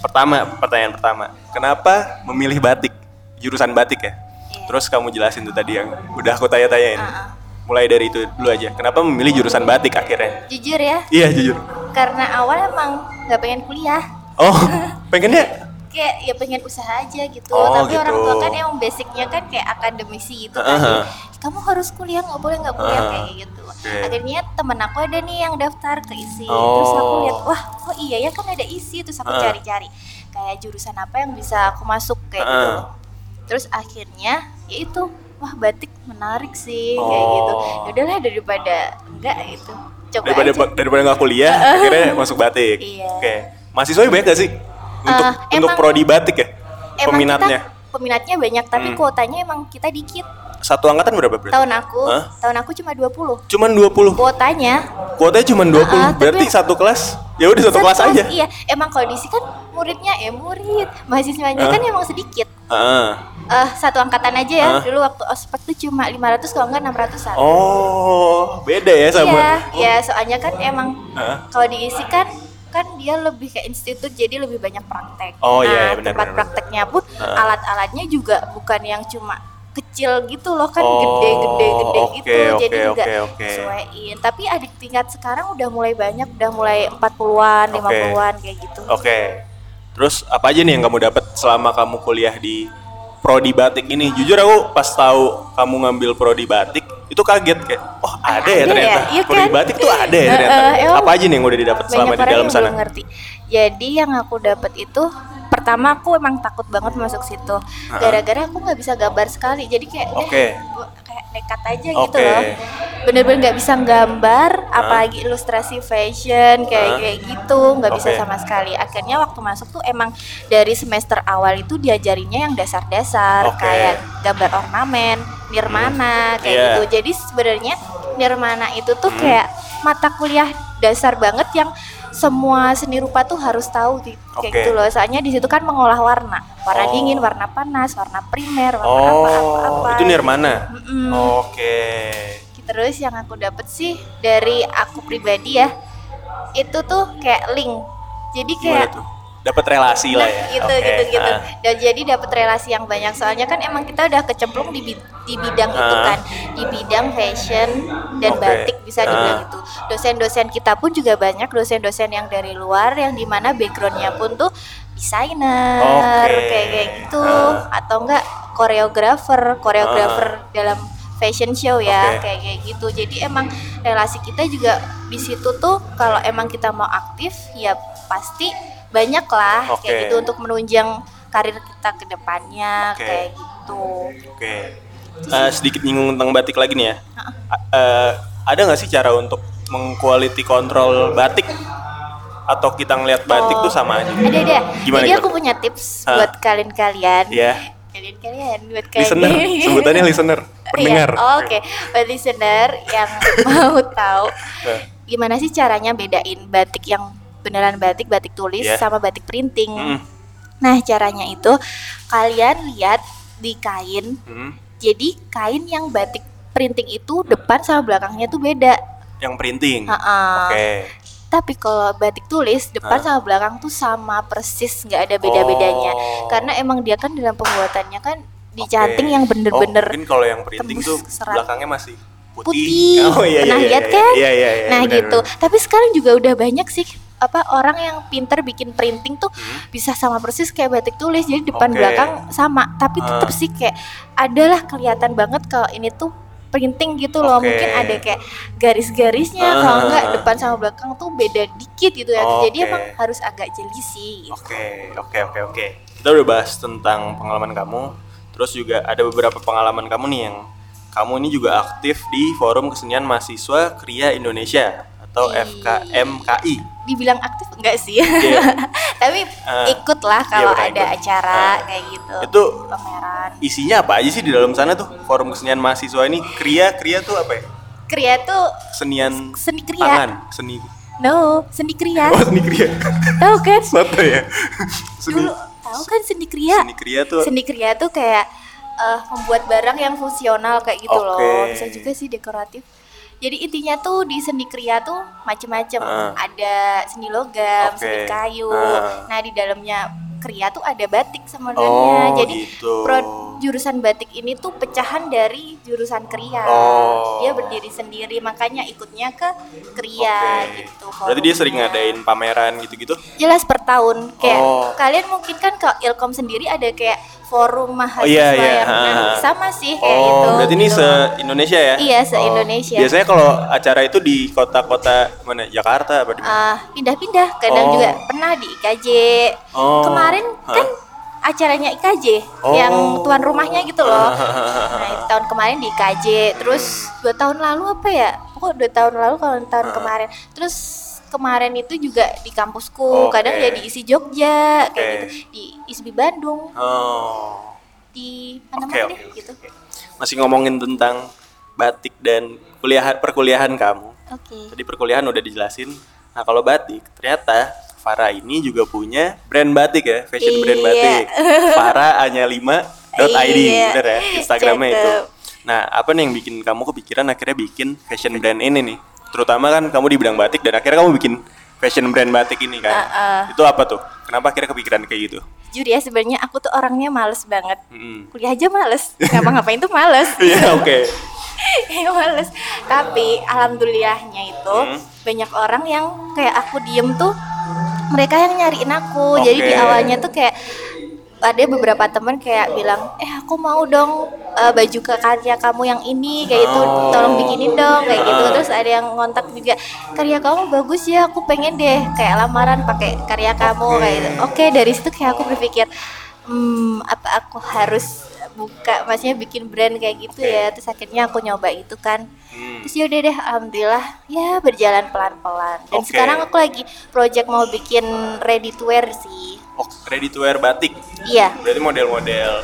B: pertama, pertanyaan pertama. Kenapa memilih batik? Jurusan batik ya?
C: Iya.
B: Terus kamu jelasin tuh tadi yang udah aku tanya-tanyain.
C: Uh-uh.
B: Mulai dari itu dulu aja. Kenapa memilih jurusan batik akhirnya?
C: Jujur ya,
B: Iya, jujur.
C: karena awal emang nggak pengen kuliah.
B: Oh, pengennya?
C: Kayak ya pengen usaha aja gitu.
B: Oh,
C: Tapi
B: gitu.
C: orang tua kan emang basicnya kan kayak akademisi gitu kan.
B: Uh-huh.
C: Kamu harus kuliah, nggak boleh nggak kuliah
B: Uh-huh.
C: kayak gitu.
B: Okay.
C: Akhirnya temen aku ada nih yang daftar ke I S I.
B: Oh.
C: Terus aku lihat, wah oh iya ya kan ada I S I. Terus aku
B: Uh-huh.
C: cari-cari kayak jurusan apa yang bisa aku masuk kayak
B: Uh-huh.
C: gitu. Terus akhirnya ya itu, wah batik menarik sih kayak
B: Oh.
C: gitu. Ya udahlah daripada enggak gitu. Coba
B: Daripada
C: aja.
B: daripada nggak kuliah, akhirnya masuk batik.
C: Iya.
B: Oke. Mahasiswanya banyak gak sih? Untuk
C: Uh,
B: untuk
C: emang-
B: prodi batik ya?
C: Emang
B: Peminatnya.
C: kita peminatnya banyak tapi
B: Hmm.
C: kuotanya emang kita dikit.
B: Satu angkatan berapa berarti?
C: Tahun aku,
B: Hah?
C: tahun aku cuma dua puluh.
B: Cuman dua puluh.
C: Kuotanya
B: Kuotanya cuma dua puluh.
C: Uh-uh, tapi-
B: Berarti satu kelas. Ya udah satu kelas aja.
C: Iya, emang kalau di sini kan muridnya eh murid, mahasiswanya
B: Uh.
C: kan emang sedikit.
B: Heeh.
C: Eh satu angkatan aja ya.
B: Uh.
C: Dulu waktu ospek tuh cuma lima ratus kalau enggak enam ratusan.
B: Oh, beda ya sama.
C: Iya, iya soalnya kan emang
B: Heeh.
C: kalau diisi kan kan dia lebih ke institut jadi lebih banyak praktek.
B: Oh,
C: nah,
B: iya, iya, benar,
C: tempat
B: benar,
C: prakteknya pun
B: Heeh.
C: alat-alatnya juga bukan yang cuma kecil gitu loh kan
B: Oh,
C: gede-gede-gede
B: oke,
C: gitu
B: oke,
C: jadi juga
B: oke, oke.
C: sesuaiin. Tapi adik tingkat sekarang udah mulai banyak, udah mulai empat puluhan,
B: Oke.
C: lima puluhan kayak gitu.
B: Oke. Terus apa aja nih yang kamu dapat selama kamu kuliah di prodi batik ini? Jujur aku pas tahu kamu ngambil prodi batik itu kaget kayak, oh ada,
C: Ada
B: ya
C: ya?
B: ternyata.
C: Iya
B: Prodi
C: kan?
B: batik tuh ada ya
C: Heeh,
B: ternyata.
C: emang
B: Apa aja nih yang udah didapat selama
C: Banyak
B: di
C: orang
B: dalam
C: yang
B: sana?
C: belum ngerti. Jadi yang aku dapat itu pertama aku emang takut banget masuk situ. Gara-gara aku nggak bisa gambar sekali. Jadi kayak udah,
B: Oke.
C: gua kayak nekat aja gitu
B: Oke.
C: loh. Bener-bener nggak bisa gambar, apalagi ilustrasi fashion kayak
B: Hah?
C: kayak gitu, nggak bisa
B: Oke.
C: sama sekali. Akhirnya waktu masuk tuh emang dari semester awal itu diajarinnya yang dasar-dasar
B: Oke.
C: kayak gambar ornamen, nirmana kayak
B: Iya.
C: gitu. Jadi sebenarnya nirmana itu tuh
B: Hmm.
C: kayak mata kuliah dasar banget yang semua seni rupa tuh harus tahu di- kayak
B: Oke.
C: gitu loh. Soalnya di situ kan mengolah warna, warna
B: Oh.
C: dingin, warna panas, warna primer, warna
B: Oh,
C: apa-apa-apa.
B: itu nirmana.
C: Mm-mm.
B: Oke.
C: Terus yang aku dapet sih dari aku pribadi ya, itu tuh kayak link. Jadi
B: Gimana
C: kayak
B: tuh? Dapat relasi lah ya.
C: gitu
B: Oke.
C: gitu gitu.
B: Ah.
C: Dan jadi dapat relasi yang banyak. Soalnya kan emang kita udah kecemplung di bi- di bidang itu
B: Ah.
C: kan, di bidang fashion dan
B: Oke.
C: batik bisa dibilang
B: Ah.
C: itu. Dosen-dosen kita pun juga banyak dosen-dosen yang dari luar yang dimana backgroundnya pun tuh desainer
B: Oke.
C: kayak kayak gitu
B: Ah.
C: atau enggak koreografer koreografer dalam fashion show ya
B: Oke.
C: kayak kayak gitu. Jadi emang relasi kita juga di situ tuh kalau emang kita mau aktif ya pasti banyak lah
B: Oke.
C: kayak gitu untuk menunjang karir kita ke depannya
B: Oke.
C: kayak gitu.
B: Oke. Eh, sedikit nyinggung tentang batik lagi nih ya. A- eh, ada nggak sih cara untuk meng-quality control batik? Atau kita ngelihat batik
C: Oh,
B: tuh sama aja?
C: Ada ada.
B: Gimana,
C: Jadi
B: gimana?
C: aku punya tips
B: Hah?
C: buat kalian-kalian.
B: Iya.
C: Kalian-kalian buat kalian.
B: Listener, sebutannya listener, pendengar.
C: Iya, oh, Oke, buat listener yang mau tahu
B: Eh,
C: gimana sih caranya bedain batik yang beneran batik, batik tulis
B: Iya.
C: sama batik printing.
B: Mm.
C: Nah, caranya itu kalian lihat di kain.
B: mm.
C: Jadi kain yang batik printing itu depan sama belakangnya tuh beda.
B: Yang printing.
C: Ha-ha.
B: Oke.
C: Tapi kalau batik tulis depan
B: Hah?
C: sama belakang tuh sama persis, nggak ada beda-bedanya.
B: Oh.
C: Karena emang dia kan dalam pembuatannya kan dicanting yang
B: Oh,
C: bener-bener
B: mungkin kalau yang printing
C: tembus
B: tuh
C: serat.
B: belakangnya masih putih.
C: putih.
B: Oh iya iya.
C: Pernah
B: iya,
C: lihat
B: iya,
C: kan?
B: Iya iya iya.
C: Nah
B: benar,
C: gitu.
B: benar.
C: Tapi sekarang juga udah banyak sih apa orang yang pinter bikin printing tuh
B: Hmm.
C: bisa sama persis kayak batik tulis. Jadi depan
B: Oke.
C: belakang sama. Tapi tetap
B: Ah.
C: sih kayak adalah kelihatan banget kalau ini tuh printing gitu loh.
B: Oke.
C: Mungkin ada kayak garis-garisnya.
B: Ah.
C: Kalau enggak depan sama belakang tuh beda dikit gitu ya. Jadi
B: Oke.
C: emang harus agak jeli sih. Gitu.
B: Oke, oke, oke, oke. Kita udah bahas tentang pengalaman kamu. Terus juga ada beberapa pengalaman kamu nih yang kamu ini juga aktif di Forum Kesenian Mahasiswa Kria Indonesia atau
C: Ih.
B: F K M K I.
C: Dibilang aktif enggak sih?
B: Iya.
C: Tapi
B: Ah.
C: ikut lah kalau
B: Iya, benar,
C: ada
B: ikut.
C: acara
B: Ah.
C: kayak gitu.
B: Itu-
C: pameran.
B: Isinya apa aja sih di dalam sana tuh? Forum Kesenian Mahasiswa ini Kria, Kria tuh apa ya?
C: Kria tuh
B: Kesenian
C: seni kria.
B: tangan, seni.
C: No, seni kria.
B: Oh, seni Kria.
C: Tahu kan?
B: Soto ya. Seni,
C: Dulu tahu kan seni kria?
B: seni Kria tuh.
C: Seni kria tuh kayak eh, membuat barang yang fungsional kayak gitu
B: Oke.
C: loh. Bisa juga sih dekoratif. Jadi intinya tuh di seni kriya tuh macem-macem.
B: Uh.
C: Ada seni logam,
B: Okay.
C: seni kayu.
B: Uh.
C: Nah di dalamnya kriya tuh ada batik sebenarnya.
B: Oh,
C: Jadi
B: gitu.
C: pro- jurusan batik ini tuh pecahan dari jurusan kriya.
B: Oh.
C: Dia berdiri sendiri, makanya ikutnya ke kriya
B: Oke.
C: gitu.
B: Berarti dia sering
C: forumnya.
B: ngadain pameran gitu-gitu?
C: Jelas per tahun. Kayak
B: Oh.
C: kalian mungkin kan ke Ilkom sendiri ada kayak forum mahasiswa
B: Oh, iya, iya.
C: yang nah,
B: Ha.
C: sama sih kayak
B: Oh,
C: gitu.
B: berarti ini
C: gitu.
B: se-Indonesia ya?
C: Iya, se-Indonesia.
B: Oh. Biasanya kalau acara itu di kota-kota mana? Jakarta apa di mana?
C: Ah, pindah-pindah, kadang
B: Oh.
C: juga pernah di I K J.
B: Oh.
C: Kemarin
B: Hah?
C: kan acaranya I K J
B: Oh.
C: yang tuan rumahnya gitu loh. Nah, itu tahun kemarin di I K J. Terus dua tahun lalu apa ya? Pokoknya dua tahun lalu kalau tahun kemarin. Terus kemarin itu juga di kampusku,
B: Oke.
C: kadang ya di I S I Jogja kayak
B: Oke.
C: gitu, di I S B Bandung,
B: Oh.
C: di mana
B: Oke,
C: mana
B: oke,
C: deh
B: oke,
C: gitu.
B: oke. Masih ngomongin tentang batik dan kuliah perkuliahan kamu.
C: Oke.
B: Tadi perkuliahan udah dijelasin. Nah, kalau batik, ternyata Farah ini juga punya brand batik ya, fashion brand
C: Iya.
B: batik. farah anya lima dot i d,
C: Iya.
B: bener ya? Instagramnya itu.
C: Cakep.
B: Nah, apa nih yang bikin kamu kepikiran akhirnya bikin fashion brand ini nih? Terutama kan kamu di bidang batik dan akhirnya kamu bikin fashion brand batik ini kan.
C: Uh-uh.
B: Itu apa tuh? Kenapa akhirnya kepikiran kayak gitu?
C: Jujur ya sebenarnya aku tuh orangnya males banget.
B: Mm-mm.
C: Kuliah aja males, ngapa-ngapain tuh males.
B: Iya, oke.
C: Ya males. Tapi alhamdulillahnya itu
B: Hmm.
C: banyak orang yang kayak aku diem tuh mereka yang nyariin aku. Jadi
B: Oke.
C: di awalnya tuh kayak ada beberapa teman kayak bilang, eh aku mau dong uh, baju ke karya kamu yang ini kayak gitu,
B: Oh.
C: tolong bikinin dong kayak gitu.
B: Ah.
C: Terus ada yang ngontak juga, karya kamu bagus ya, aku pengen deh kayak lamaran pakai karya kamu
B: Oke.
C: kayak gitu. Oke, dari situ kayak aku berpikir, hmm apa aku harus buka, maksudnya bikin brand kayak gitu
B: Oke.
C: ya. Terus akhirnya aku nyoba itu kan.
B: Hmm.
C: Terus yaudah deh, alhamdulillah ya berjalan pelan-pelan. Dan
B: Oke.
C: sekarang aku lagi project mau bikin ready to wear sih.
B: Oh, ready to wear batik.
C: Iya,
B: Berarti model-model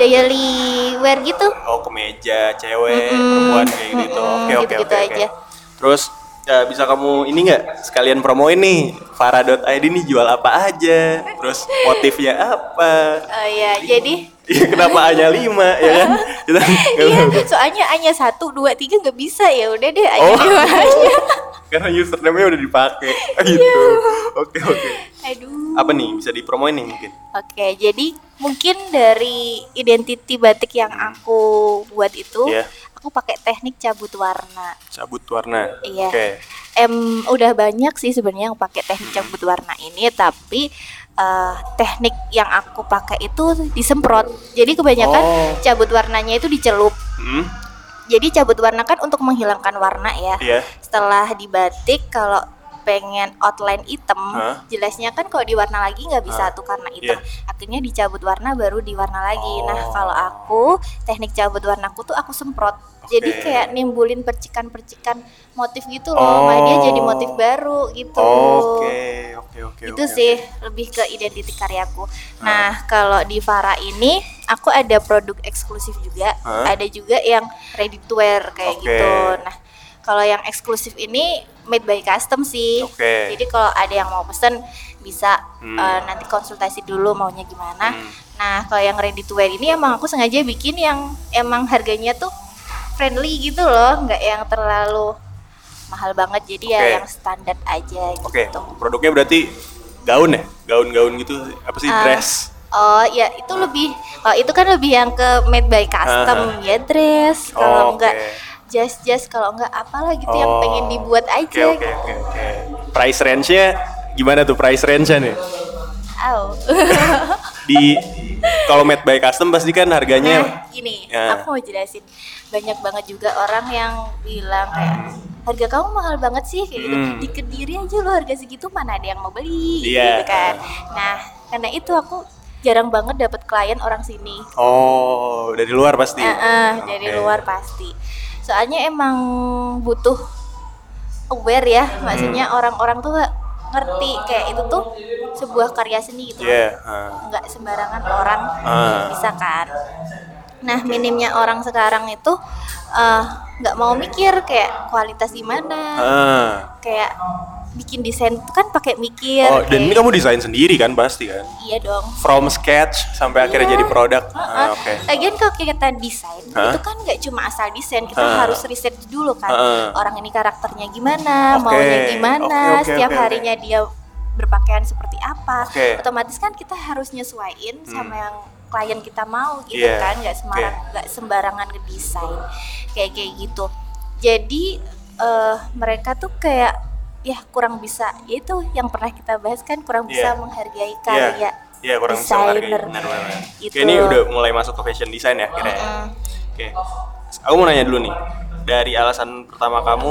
C: daily wear gitu.
B: oh kemeja cewek,
C: Mm-mm.
B: perempuan kayak gitu.
C: Mm-mm,
B: Oke, oke, oke,
C: gitu-gitu
B: oke.
C: aja.
B: Terus ya, bisa kamu ini nggak sekalian promoin nih farah dot i d nih jual apa aja, terus motifnya apa?
C: Oh iya, jadi
B: Iya, kenapa hanya lima ya kan? Kita nggak
C: iya,
B: tahu.
C: soalnya hanya satu, dua, tiga nggak bisa ya. Udah deh, aja
B: Oh.
C: lima aja.
B: Karena username-nya udah dipakai. Gitu. Oke, oke.
C: Aduh.
B: Apa nih bisa dipromoin nih mungkin?
C: Oke, jadi mungkin dari identity batik yang aku buat itu,
B: Iya.
C: aku pakai teknik cabut warna.
B: Cabut warna.
C: Iya.
B: Oke.
C: Em, udah banyak sih sebenarnya yang pakai teknik cabut warna ini, tapi eh, teknik yang aku pakai itu disemprot. Jadi kebanyakan
B: Oh.
C: cabut warnanya itu dicelup.
B: Hmm?
C: Jadi cabut warna kan untuk menghilangkan warna ya.
B: Iya.
C: Setelah dibatik, kalau pengen outline hitam,
B: Hah?
C: jelasnya kan kalau diwarna lagi nggak bisa
B: Hah?
C: tuh karena hitam.
B: Iya.
C: Akhirnya dicabut warna baru diwarna lagi. Nah
B: Oh.
C: kalau aku teknik cabut warnaku tuh aku semprot.
B: Oke.
C: Jadi kayak nimbulin percikan-percikan motif gitu loh. Malah dia jadi motif baru gitu.
B: Oke, oke, oke.
C: Itu
B: oke,
C: sih
B: oke.
C: lebih ke identiti karyaku. Nah kalau di Farah ini aku ada produk eksklusif juga.
B: Hah?
C: Ada juga yang ready to wear kayak
B: Oke.
C: gitu. Nah kalau yang eksklusif ini made by custom sih.
B: Oke.
C: Jadi kalau ada yang mau pesen bisa
B: Hmm.
C: eh, nanti konsultasi dulu maunya gimana.
B: Hmm.
C: Nah kalau yang ready to wear ini emang aku sengaja bikin yang emang harganya tuh friendly gitu loh, nggak yang terlalu mahal banget. Jadi
B: Oke.
C: ya yang standar aja gitu.
B: Oke, produknya berarti gaun ya? Gaun-gaun gitu, apa sih,
C: Ah,
B: dress?
C: Oh ya itu lebih, kalau itu kan lebih yang ke made by custom
B: Aha.
C: ya, dress.
B: Oh,
C: Kalau
B: oke.
C: enggak jas-jas, kalau enggak apalah gitu yang
B: Oh,
C: pengen dibuat
B: Oke,
C: aja.
B: oke, oke, oke. Price range-nya gimana tuh price range-nya nih?
C: Au.
B: Di kalau made by custom pasti kan harganya
C: Nah, gini,
B: Ya.
C: aku mau jelasin. Banyak banget juga orang yang bilang kayak harga kamu mahal banget sih kayak gitu.
B: Hmm.
C: Di Kediri aja lo harga segitu mana ada yang mau beli
B: Iya.
C: gitu kan. Nah, karena itu aku jarang banget dapet klien orang sini.
B: Oh, dari luar pasti.
C: Eh, eh, dari
B: Oke.
C: luar pasti. Soalnya emang butuh aware ya, maksudnya
B: Hmm.
C: orang-orang tuh ngerti kayak itu tuh sebuah karya seni gitu.
B: Iya, ah.
C: Nggak sembarangan orang
B: Ah.
C: bisa kan. Nah minimnya orang sekarang itu eh, nggak mau mikir kayak kualitas gimana,
B: Ah.
C: kayak bikin desain itu kan pakai mikir.
B: Oh, dan ini kamu desain sendiri kan pasti kan?
C: Iya dong.
B: From sketch sampai
C: Iya.
B: akhirnya jadi produk.
C: Uh-uh.
B: Ah, oke. Okay.
C: Lagian kalau kita desain,
B: Hah?
C: itu kan nggak cuma asal desain, kita
B: Hah?
C: harus riset dulu kan.
B: Hah?
C: Orang ini karakternya gimana,
B: Oke.
C: maunya gimana,
B: Oke, oke,
C: setiap
B: oke,
C: harinya dia berpakaian seperti apa.
B: Oke.
C: Otomatis kan kita harus nyesuaiin
B: Hmm.
C: sama yang klien kita mau gitu
B: Iya.
C: kan, nggak sembarang, nggak sembarangan ngedesain kayak kayak gitu. Jadi eh, mereka tuh kayak ya kurang bisa, itu yang pernah kita bahas kan, kurang bisa
B: Iya.
C: menghargai
B: Iya.
C: karya
B: Iya, kurang bisa menghargai.
C: desainer.
B: Benar-benar.
C: Gitu.
B: Oke, ini udah mulai masuk ke fashion design ya kira-kira.
C: Mm-mm.
B: Oke. Aku mau nanya dulu nih. Dari alasan pertama kamu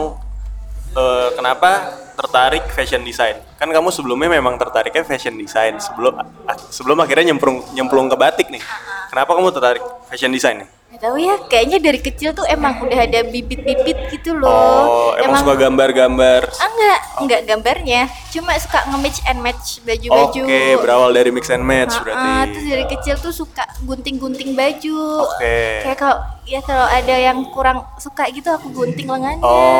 B: eh, kenapa tertarik fashion design? Kan kamu sebelumnya memang tertariknya fashion design sebelum sebelum akhirnya nyemplung nyemplung ke batik nih. Kenapa kamu tertarik fashion design nih?
C: Gak tahu ya, kayaknya dari kecil tuh emang udah ada bibit-bibit gitu loh.
B: Oh, emang, suka gambar-gambar.
C: Ah, enggak, enggak gambarnya, cuma suka nge-match and match baju-baju.
B: Oke, berawal dari mix and match
C: Ah,
B: berarti.
C: ah, terus dari kecil tuh suka gunting-gunting baju.
B: Oke.
C: Kayak kalau ya kalau ada yang kurang suka gitu aku gunting lengannya.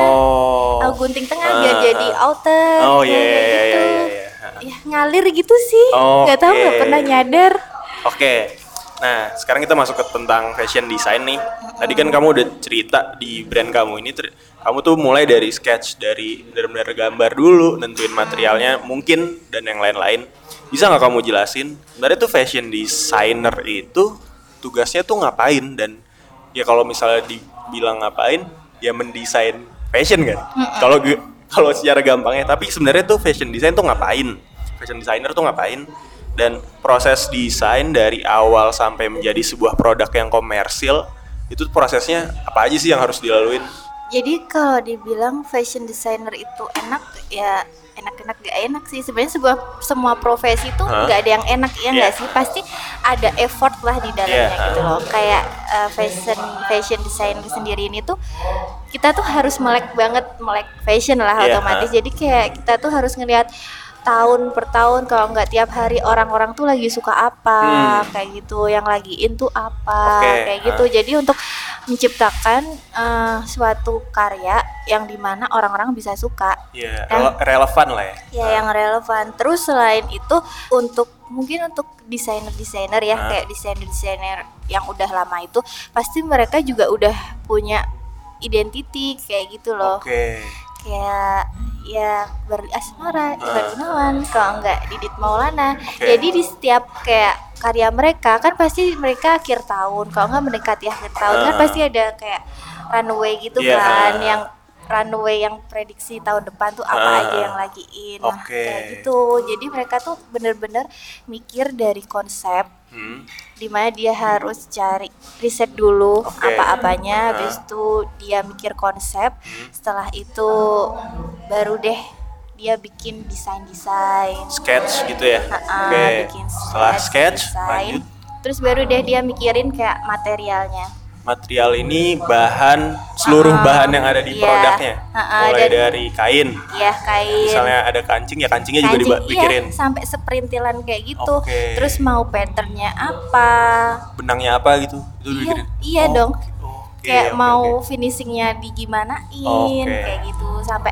B: Oh.
C: Aku gunting tengah
B: Ah,
C: biar jadi
B: ah.
C: outer.
B: Oh,
C: kayak
B: iya, iya,
C: gitu.
B: iya, iya, iya.
C: Ya ngalir gitu sih. Nggak tahu,
B: Oke.
C: nggak pernah nyadar.
B: Oke. Nah, sekarang kita masuk ke tentang fashion design nih. Tadi kan kamu udah cerita di brand kamu ini, ter- kamu tuh mulai dari sketch, dari benar-benar gambar dulu, nentuin materialnya mungkin dan yang lain-lain. Bisa nggak kamu jelasin? Sebenarnya tuh fashion designer itu tugasnya tuh ngapain, dan ya kalau misalnya dibilang ngapain, ya mendesain fashion kan? Kalau ge- kalau secara gampangnya, tapi sebenarnya tuh fashion design tuh ngapain? Fashion designer tuh ngapain? Dan proses desain dari awal sampai menjadi sebuah produk yang komersil, itu prosesnya apa aja sih yang harus dilaluin?
C: Jadi kalau dibilang fashion designer itu enak, ya enak-enak gak enak sih. Sebenarnya sebuah semua profesi tuh
B: Hah?
C: nggak ada yang enak ya nggak
B: Yeah.
C: sih? Pasti ada effort lah di dalamnya
B: Yeah.
C: gitu loh. Kayak uh, fashion fashion design sendiri ini tuh kita tuh harus melek banget, melek fashion lah
B: Yeah.
C: otomatis. Jadi kayak kita tuh harus ngelihat tahun per tahun, kalau nggak tiap hari orang-orang tuh lagi suka apa,
B: Hmm.
C: kayak gitu, yang lagi in tuh apa,
B: Oke,
C: kayak gitu.
B: ah.
C: Jadi untuk menciptakan uh, suatu karya yang dimana orang-orang bisa suka,
B: Ya,
C: Nah.
B: rele- relevan lah ya.
C: ya yang relevan. Terus selain itu untuk mungkin untuk desainer-desainer ya,
B: Ah.
C: kayak desainer-desainer yang udah lama itu, pasti mereka juga udah punya identity kayak gitu loh.
B: Oke.
C: Kayak ya Berli Asmara,
B: Ah.
C: Iwan Gunawan, kalau enggak Didit Maulana.
B: Oke.
C: Jadi di setiap kayak karya mereka kan pasti mereka akhir tahun, kalau enggak mendekati akhir tahun kan
B: Ah.
C: pasti ada kayak runway gitu
B: Iya.
C: kan, yang runway yang prediksi tahun depan tuh apa
B: Ah.
C: aja yang lagi in. Nah,
B: Oke.
C: kayak gitu. Jadi mereka tuh bener-bener mikir dari konsep,
B: Hmm.
C: dimana dia harus cari riset dulu
B: Oke.
C: apa-apanya,
B: Ah.
C: habis itu dia mikir konsep, setelah itu baru deh dia bikin desain-desain.
B: Sketch gitu ya.
C: Ah,
B: Oke.
C: bikin
B: Setelah sketch,
C: desain.
B: lanjut.
C: Terus baru deh dia mikirin kayak materialnya.
B: Material ini bahan seluruh
C: Ah,
B: bahan yang ada di
C: iya.
B: produknya.
C: Ah, ah,
B: Mulai
C: dan-
B: dari kain.
C: Ya kain.
B: Misalnya ada kancing, ya kancingnya juga
C: Kancing,
B: dibikirin.
C: iya, sampai seperintilan kayak gitu.
B: Oke.
C: Terus mau patternnya apa?
B: Benangnya apa gitu? Itu
C: Iya,
B: dibikirin.
C: iya
B: Oh,
C: dong.
B: oke,
C: Kayak
B: oke,
C: mau
B: oke.
C: finishingnya digimanain,
B: Oke.
C: kayak gitu, sampai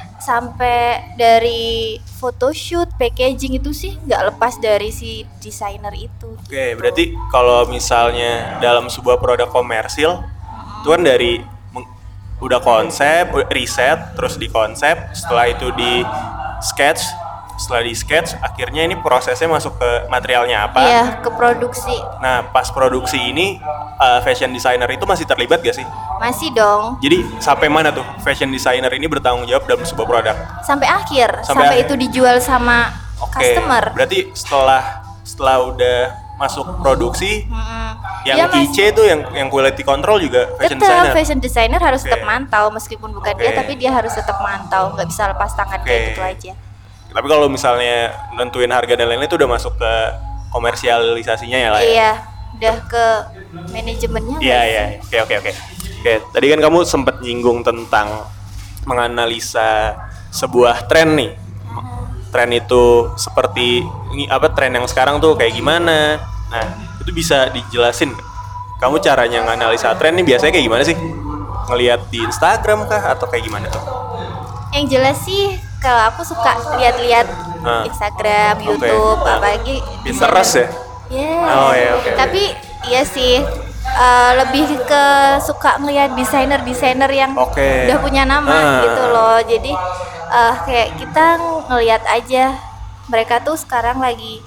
C: sampai dari photoshoot, packaging itu sih nggak lepas dari si desainer itu.
B: Oke, berarti kalau misalnya dalam sebuah produk komersil, itu kan dari meng- udah konsep, u- riset, terus di konsep, setelah itu di sketch, setelah di sketch, akhirnya ini prosesnya masuk ke materialnya apa.
C: Iya, ke produksi
B: Nah, pas produksi ini, uh, fashion designer itu masih terlibat gak sih?
C: masih dong,
B: Jadi sampai mana tuh fashion designer ini bertanggung jawab dalam sebuah produk?
C: sampai akhir,
B: Sampai
C: sampai,
B: akhir.
C: itu dijual sama
B: Oke,
C: customer.
B: berarti setelah setelah udah masuk produksi,
C: Mm-mm.
B: yang
C: Dia
B: Q C
C: masih-
B: itu yang yang quality control juga fashion
C: Tetap
B: designer.
C: fashion designer harus
B: Oke.
C: tetap mantau, meskipun bukan dia,
B: Oke.
C: tapi dia harus tetap mantau, nggak bisa lepas tangan
B: Oke.
C: kayak gitu aja.
B: Tapi kalau misalnya nentuin harga dan lain-lain itu udah masuk ke komersialisasinya ya lah ya.
C: Iya, udah ke manajemennya.
B: Iya
C: nggak
B: iya.
C: sih?
B: Oke oke oke. Oke, tadi kan kamu sempat nyinggung tentang menganalisa sebuah tren nih. Tren itu seperti ini apa tren yang sekarang tuh kayak gimana? Nah, itu bisa dijelasin nggak? Kamu caranya nganalisa tren nih biasanya kayak gimana sih? Ngelihat di Instagram kah atau kayak gimana tuh?
C: Yang jelas sih kalau aku suka lihat-lihat
B: Ah.
C: Instagram,
B: Oke.
C: YouTube,
B: Ah.
C: apalagi
B: Pinterest ya?
C: Yes.
B: Oh, iya, oke, oke.
C: Tapi iya sih uh, lebih ke suka ngeliat desainer-desainer yang
B: Oke.
C: udah punya nama
B: Ah.
C: gitu loh. Jadi uh, kayak kita ngeliat aja mereka tuh sekarang lagi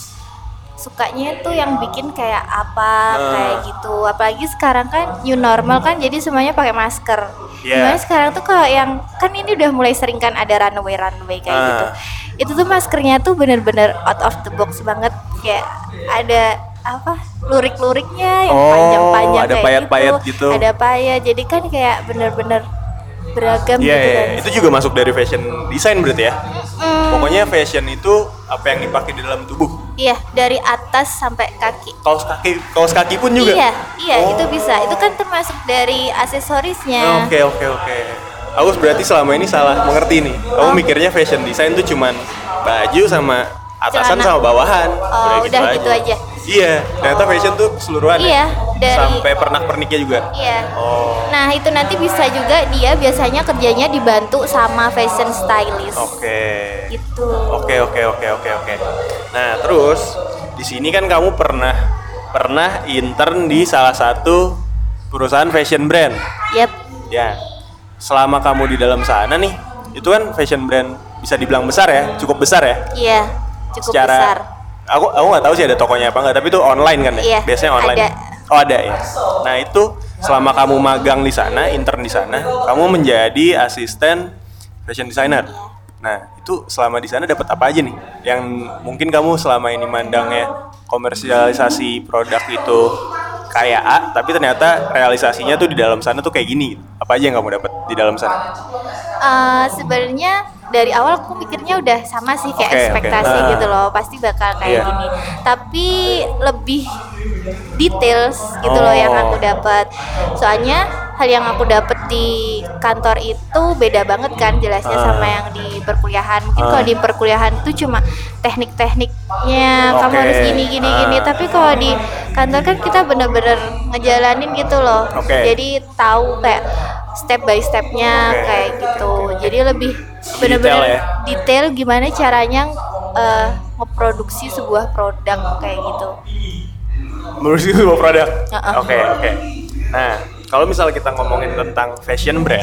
C: sukanya tuh yang bikin kayak apa
B: Ah.
C: kayak gitu. Apalagi sekarang kan new normal kan, jadi semuanya pakai masker.
B: Yeah.
C: Gimana sekarang tuh kalau yang kan ini udah mulai sering kan ada runway runway kayak
B: Ah.
C: gitu. Itu tuh maskernya tuh bener-bener out of the box banget, kayak ada apa lurik-luriknya yang
B: Oh,
C: panjang-panjang
B: ada
C: kayak
B: payet-payet gitu.
C: Ada payet, jadi kan kayak bener-bener beragam
B: Iya,
C: gitu
B: iya,
C: kan.
B: itu juga masuk dari fashion design berarti ya.
C: Mm,
B: Pokoknya fashion itu apa yang dipakai di dalam tubuh.
C: iya, dari atas sampai kaki.
B: Kaos kaki, kaos kaki pun juga.
C: Iya, iya
B: Oh.
C: itu bisa. Itu kan termasuk dari aksesorisnya.
B: Oke, oke, oke. Aku berarti selama ini salah mengerti nih. Kamu
C: Oh.
B: mikirnya fashion design tuh cuman baju sama atasan
C: Celana.
B: sama bawahan.
C: Oh, udah gitu aja.
B: Iya, ternyata fashion tuh keseluruhan
C: Iya,
B: ya.
C: dari-
B: Sampai pernak-perniknya juga.
C: Iya.
B: Oh.
C: Nah, itu nanti bisa juga dia biasanya kerjanya dibantu sama fashion stylist.
B: Oke.
C: Gitu.
B: Oke, oke, oke, oke, oke. Nah, terus di sini kan kamu pernah pernah intern di salah satu perusahaan fashion brand.
C: Yep.
B: Ya. Selama kamu di dalam sana nih, itu kan fashion brand bisa dibilang besar ya, cukup besar ya.
C: Iya, cukup
B: Secara
C: besar.
B: aku aku nggak tahu sih ada tokonya apa nggak, tapi itu online kan ya.
C: Iya,
B: Biasanya online.
C: ada.
B: Oh, ada ya. Nah, itu selama kamu magang di sana, intern di sana, kamu menjadi asisten fashion designer. Nah, itu selama di sana dapat apa aja nih? Yang mungkin kamu selama ini mandangnya komersialisasi produk itu kayak A, tapi ternyata realisasinya tuh di dalam sana tuh kayak gini. Apa aja yang kamu dapat di dalam sana?
C: Eh, sebenarnya dari awal aku mikirnya udah sama sih kayak
B: Oke, oke.
C: ekspektasi
B: Ah.
C: gitu loh, pasti bakal kayak
B: Iya.
C: gini. Tapi lebih details gitu loh yang
B: Oh.
C: aku dapat. Soalnya hal yang aku dapat di kantor itu beda banget kan jelasnya
B: Ah.
C: sama yang di perkuliahan. Mungkin
B: Ah.
C: kalau di perkuliahan itu cuma teknik-tekniknya, kamu
B: Oke.
C: harus gini gini
B: Ah.
C: gini. Tapi kalau di kantor kan kita bener-bener ngejalanin gitu loh.
B: Oke.
C: Jadi tahu kayak step by stepnya
B: Oke.
C: kayak gitu. Jadi lebih
B: Detail
C: bener-bener
B: ya?
C: detail gimana caranya eh, ngeproduksi sebuah produk kayak gitu.
B: Menurut itu sebuah produk.
C: Uh-uh.
B: Oke, oke. Nah, kalau misalnya kita ngomongin tentang fashion brand,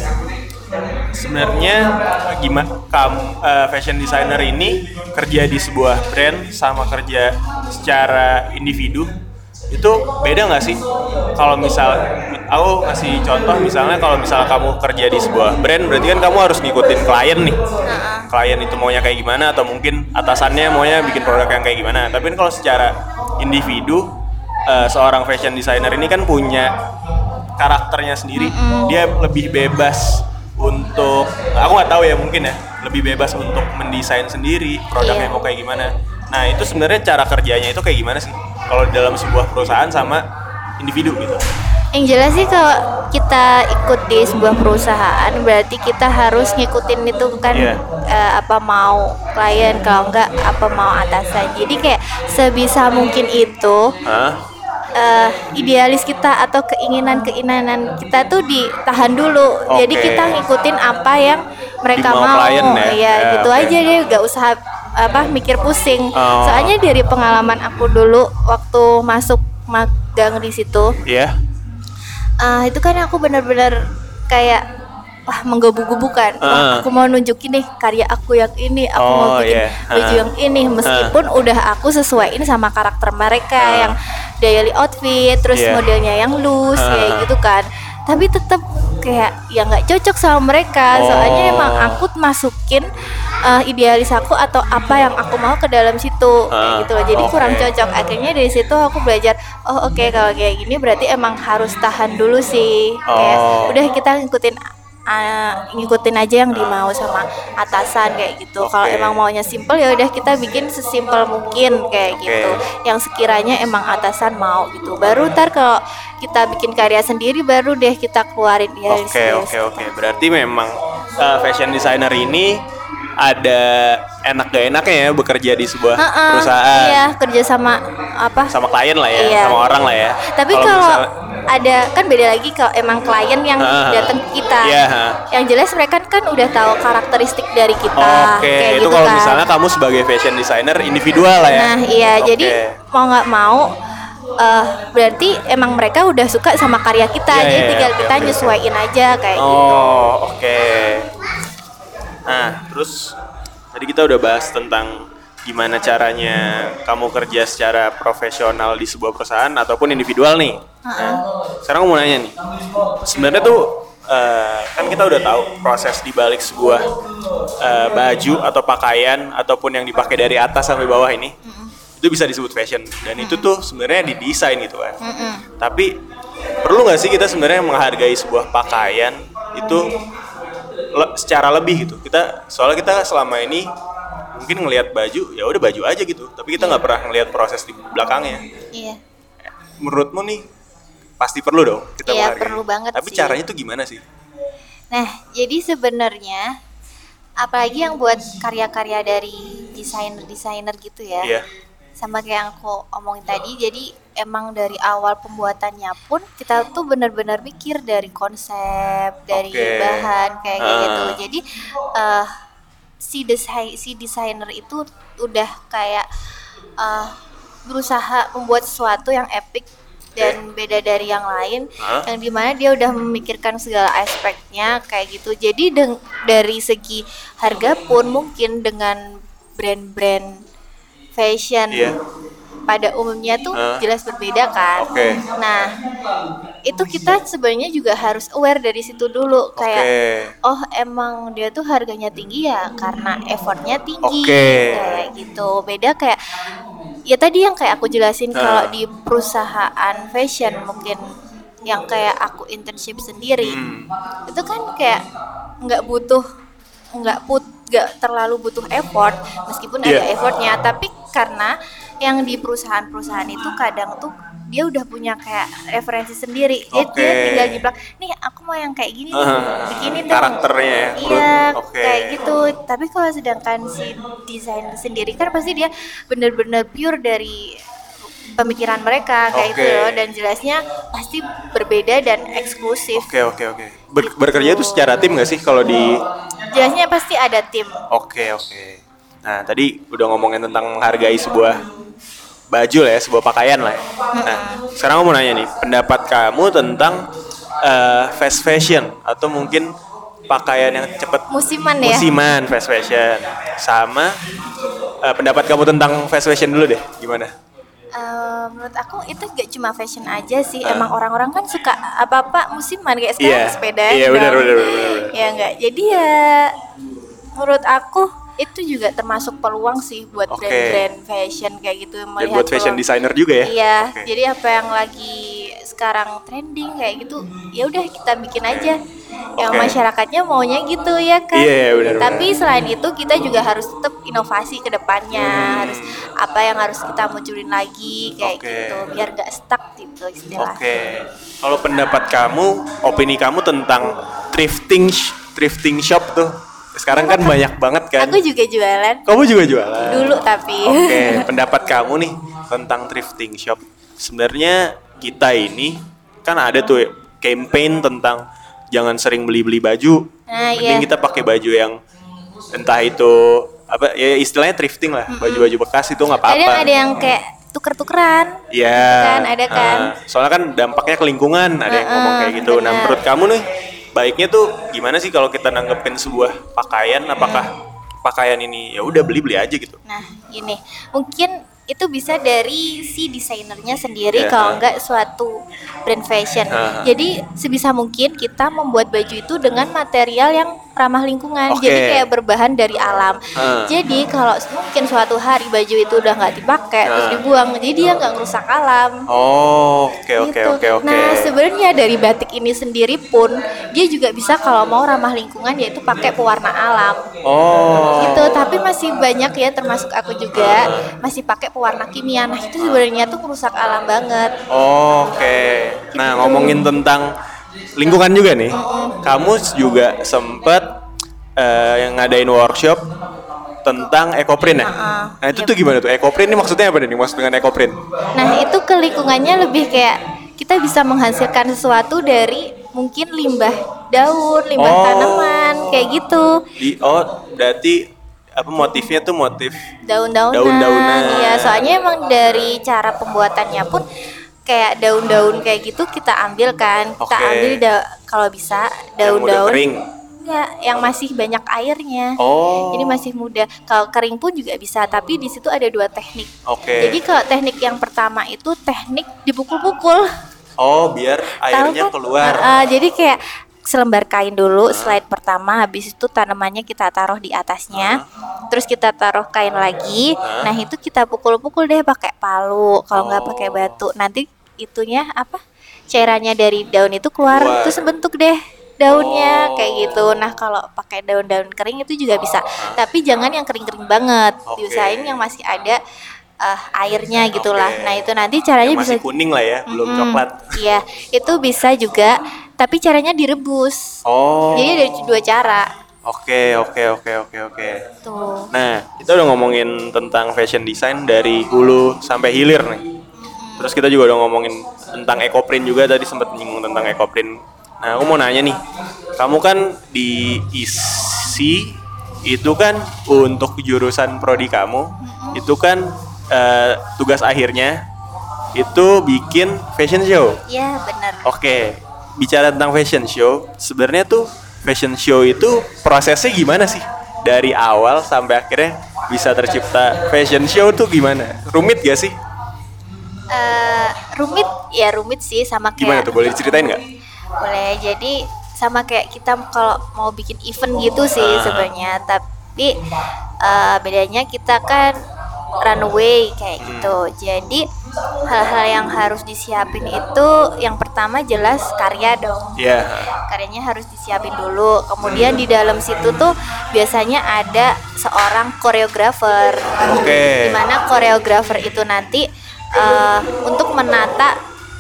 B: sebenarnya gimana kamu eh, fashion designer ini kerja di sebuah brand sama kerja secara individu itu beda nggak sih? Kalau misal aku ngasih contoh, misalnya kalau misalnya kamu kerja di sebuah brand, berarti kan kamu harus ngikutin klien nih. Klien itu maunya kayak gimana, atau mungkin atasannya maunya bikin produk yang kayak gimana. Tapi kan kalau secara individu, eh, seorang fashion designer ini kan punya karakternya sendiri. Dia lebih bebas untuk, aku nggak tahu ya, mungkin ya lebih bebas untuk mendesain sendiri produknya
C: Iya.
B: mau kayak gimana. Nah, itu sebenarnya cara kerjanya itu kayak gimana sih kalau di dalam sebuah perusahaan sama individu gitu?
C: Yang jelas sih kalau kita ikut di sebuah perusahaan berarti kita harus ngikutin itu kan
B: Iya.
C: eh, apa mau klien, kalau enggak apa mau atasan. Jadi kayak sebisa mungkin itu
B: Hah?
C: eh, idealis kita atau keinginan-keinginan kita tuh ditahan dulu.
B: Oke.
C: Jadi kita ngikutin apa yang mereka
B: Dimau
C: mau.
B: klien ya?
C: Iya,
B: Ya,
C: gitu
B: oke.
C: aja deh, gak usah apa mikir pusing.
B: Oh.
C: Soalnya dari pengalaman aku dulu waktu masuk magang di situ,
B: Iya.
C: ah itu kan aku benar-benar kayak wah menggebu-gebukan. Wah,
B: Ah.
C: aku mau nunjukin nih karya aku yang ini, aku mau
B: Oh,
C: bikin
B: iya.
C: baju
B: Ah.
C: yang ini, meskipun udah aku sesuaiin sama karakter mereka
B: Ah.
C: yang daily outfit, terus
B: Iya.
C: modelnya yang loose
B: Ah.
C: kayak gitu kan. Tapi tetap kayak ya nggak cocok sama mereka.
B: Oh.
C: Soalnya emang aku masukin uh, idealis aku atau apa yang aku mau ke dalam situ
B: Ah,
C: kayak gitu loh. Jadi
B: oke.
C: kurang cocok. Akhirnya dari situ aku belajar, oh oke kalau kayak gini berarti emang harus tahan dulu sih. Kayak
B: Oh.
C: udah kita ngikutin uh, ngikutin aja yang dimau sama atasan kayak gitu.
B: Oke.
C: Kalau emang maunya simple ya udah kita bikin sesimpel mungkin kayak
B: Oke.
C: gitu. Yang sekiranya emang atasan mau gitu. Baru ntar kalau kita bikin karya sendiri baru deh kita keluarin ya.
B: Oke, oke, oke. Berarti memang uh, fashion designer ini ada enak gak enaknya ya bekerja di sebuah perusahaan.
C: Iya, kerja sama apa?
B: Sama klien lah ya,
C: Iya.
B: sama orang lah ya.
C: Tapi kalau
B: misal-
C: ada kan beda lagi kalau emang klien yang
B: uh,
C: datang ke kita.
B: Yeah.
C: Yang jelas mereka kan udah tahu karakteristik dari kita.
B: Oke,
C: kayak
B: itu
C: gitu
B: kalau
C: kan.
B: misalnya kamu sebagai fashion designer individual lah ya.
C: Nah iya,
B: okay.
C: jadi mau nggak mau uh, berarti emang mereka udah suka sama karya kita,
B: yeah,
C: jadi
B: yeah,
C: tinggal
B: okay,
C: kita
B: okay.
C: nyesuaiin aja kayak
B: oh,
C: gitu.
B: Oh oke. Okay. Nah terus tadi kita udah bahas tentang gimana caranya kamu kerja secara profesional di sebuah perusahaan ataupun individual nih. Nah, sekarang aku mau nanya nih, sebenarnya tuh uh, kan kita udah tahu proses di balik sebuah uh, baju atau pakaian ataupun yang dipakai dari atas sampai bawah ini, mm-hmm. itu bisa disebut fashion dan mm-hmm. itu tuh sebenarnya didesain gitu kan. Mm-hmm. Tapi perlu nggak sih kita sebenarnya menghargai sebuah pakaian itu le- secara lebih gitu? Kita soalnya kita selama ini mungkin ngelihat baju ya udah baju aja gitu, tapi kita nggak yeah. pernah ngelihat proses di belakangnya.
C: Iya. Yeah.
B: Menurutmu nih pasti perlu dong kita
C: yeah,
B: menghargai.
C: Perlu banget.
B: Tapi
C: sih.
B: caranya tuh gimana sih?
C: Nah, jadi sebenarnya apalagi yang buat karya-karya dari desainer-desainer gitu ya.
B: Iya. Yeah.
C: Sama kayak yang aku omongin tadi, jadi emang dari awal pembuatannya pun kita tuh benar-benar mikir dari konsep, dari
B: okay.
C: bahan kayak
B: uh.
C: gitu. Jadi uh, si desain si desainer itu udah kayak uh, berusaha membuat sesuatu yang epic dan okay. beda dari yang lain, huh? yang dimana dia udah memikirkan segala aspeknya kayak gitu. Jadi deng- dari segi harga pun mungkin dengan brand-brand fashion yeah. pada umumnya tuh huh? jelas berbeda kan.
B: Okay.
C: Nah, itu kita sebenarnya juga harus aware dari situ dulu kayak okay. oh emang dia tuh harganya tinggi ya karena effortnya tinggi
B: okay.
C: kayak gitu. Beda kayak ya tadi yang kayak aku jelasin uh. kalau di perusahaan fashion mungkin yang kayak aku internship sendiri hmm. itu kan kayak nggak butuh nggak put nggak terlalu butuh effort meskipun yeah. ada effortnya, tapi karena yang di perusahaan-perusahaan itu kadang tuh dia udah punya kayak referensi sendiri, jadi okay. dia tinggal jiplak, nih aku mau yang kayak gini nih, uh, bikinin dong
B: karakternya ya,
C: iya
B: okay.
C: kayak gitu. Tapi kalau sedangkan si desain sendiri kan pasti dia bener-bener pure dari pemikiran mereka kayak okay. gitu loh, dan jelasnya pasti berbeda dan eksklusif.
B: Oke okay, oke okay, oke. Okay. Ber- bekerja itu secara tim nggak sih kalau di?
C: Jelasnya pasti ada tim.
B: Oke okay, oke. Okay. Nah tadi udah ngomongin tentang menghargai sebuah baju lah ya, sebuah pakaian lah ya. Nah sekarang aku mau nanya nih, pendapat kamu tentang uh, fast fashion atau mungkin pakaian yang cepat
C: musiman ya?
B: Musiman fast fashion. Sama uh, pendapat kamu tentang fast fashion dulu deh, gimana?
C: Uh, menurut aku itu gak cuma fashion aja sih, uh. emang orang-orang kan suka apa-apa musiman kayak sekarang yeah. sepeda. Iya
B: yeah, benar benar benar.
C: Ya enggak. Jadi ya menurut aku itu juga termasuk peluang sih buat okay. brand-brand fashion kayak gitu.
B: Dan buat fashion designer juga ya?
C: Iya,
B: okay.
C: jadi apa yang lagi sekarang trending kayak gitu, ya udah kita bikin aja. Yang okay. masyarakatnya maunya gitu ya kan.
B: Iya, yeah, benar.
C: Tapi selain itu kita juga harus tetap inovasi ke depannya, hmm. harus apa yang harus kita munculin lagi kayak okay. gitu, biar nggak stuck gitu istilahnya. Oke.
B: Okay. Kalau pendapat kamu, opini kamu tentang thrifting, thrifting shop tuh? Sekarang kan banyak banget kan.
C: Aku juga jualan.
B: Kamu juga jualan?
C: Dulu tapi.
B: Oke, okay. pendapat kamu nih tentang thrifting shop. Sebenarnya kita ini kan ada tuh campaign tentang jangan sering beli-beli baju. Nah, mending iya. kita pakai baju yang entah itu apa ya istilahnya thrifting lah, mm-hmm. baju-baju bekas itu nggak apa-apa.
C: Ada ada yang kayak tuker-tukeran.
B: Iya. Yeah.
C: Kan ada kan.
B: Uh, soalnya kan dampaknya ke lingkungan, ada uh-uh, yang ngomong kayak gitu. Bener. Nah, menurut kamu nih baiknya tuh gimana sih kalau kita nanggepin sebuah pakaian, apakah hmm. pakaian ini ya udah beli-beli aja gitu?
C: Nah, gini, mungkin itu bisa dari si desainernya sendiri yeah. kalau enggak suatu brand fashion. Uh-huh. Jadi sebisa mungkin kita membuat baju itu dengan material yang ramah lingkungan. Okay. Jadi kayak berbahan dari alam. Uh. Jadi kalau mungkin suatu hari baju itu udah nggak dipakai uh. terus dibuang, jadi dia nggak ngerusak alam.
B: Oh, oke oke oke oke.
C: Nah sebenarnya dari batik ini sendiri pun dia juga bisa kalau mau ramah lingkungan yaitu pakai pewarna alam.
B: Oh.
C: Gitu. Tapi masih banyak ya termasuk aku juga uh. masih pakai pewarna kimia. Nah itu sebenarnya tuh merusak alam banget.
B: Oh, oke. Okay. Gitu. Nah ngomongin tentang lingkungan juga nih, mm-hmm. kamu juga sempet uh, yang ngadain workshop tentang ekoprint ya? Uh-uh. Nah itu yep. tuh gimana tuh ekoprint ini maksudnya apa nih? Maksud dengan ekoprint?
C: Nah itu ke lingkungannya lebih kayak kita bisa menghasilkan sesuatu dari mungkin limbah daun, limbah
B: Oh.
C: tanaman kayak gitu.
B: Di, oh berarti apa motifnya tuh motif
C: Daun-daunan.
B: Daun-daunan.
C: Iya, soalnya emang dari cara pembuatannya pun kayak daun-daun kayak gitu kita ambil kan. Kita
B: Oke.
C: ambil da- kalau bisa
B: yang udah
C: daun-daun
B: kering.
C: enggak, yang masih banyak airnya.
B: Oh.
C: Jadi masih muda. Kalau kering pun juga bisa, tapi di situ ada dua teknik.
B: Oke.
C: Jadi kalau teknik yang pertama itu teknik dipukul-pukul.
B: Oh, biar airnya
C: Tahu kan?
B: keluar.
C: Nah, uh, jadi kayak selembar kain dulu slide pertama, habis itu tanamannya kita taruh di atasnya, terus kita taruh kain lagi. Nah itu kita pukul-pukul deh pakai palu, kalau nggak
B: Oh.
C: pakai batu. Nanti itunya apa? Cairannya dari daun itu keluar,
B: Keluar.
C: terus bentuk deh daunnya
B: Oh.
C: kayak gitu. Nah kalau pakai daun-daun kering itu juga bisa, tapi jangan yang kering-kering banget.
B: Oke.
C: Diusahain yang masih ada uh, airnya gitulah.
B: Oke.
C: Nah itu nanti caranya
B: Yang masih
C: bisa
B: kuning lah ya, belum
C: Mm-mm.
B: coklat.
C: Iya, itu bisa juga, tapi caranya direbus.
B: Oh.
C: Jadi ada dua cara.
B: Oke, oke, oke, oke, oke.
C: Tuh.
B: Nah, kita udah ngomongin tentang fashion design dari hulu sampai hilir nih. Terus kita juga udah ngomongin tentang ekoprint juga, tadi sempat nyinggung tentang ekoprint. Nah, aku mau nanya nih, kamu kan di I S I itu kan untuk jurusan prodi kamu, itu kan eh, tugas akhirnya itu bikin fashion show.
C: Iya, benar.
B: Oke, bicara tentang fashion show, sebenarnya tuh fashion show itu prosesnya gimana sih? Dari awal sampai akhirnya bisa tercipta fashion show tuh gimana? Rumit gak sih?
C: Eh, rumit ya rumit sih, sama kayak
B: Gimana tuh? Boleh diceritain nggak?
C: Boleh. Jadi sama kayak kita kalau mau bikin event gitu sih
B: Ah.
C: sebenarnya, tapi eh, bedanya kita kan runway kayak
B: Hmm.
C: gitu. Jadi hal-hal yang harus disiapin itu yang pertama jelas karya dong.
B: Iya.
C: Karyanya harus disiapin dulu. Kemudian di dalam situ tuh biasanya ada seorang koreografer.
B: Oke.
C: Dimana koreografer itu nanti eh, untuk menata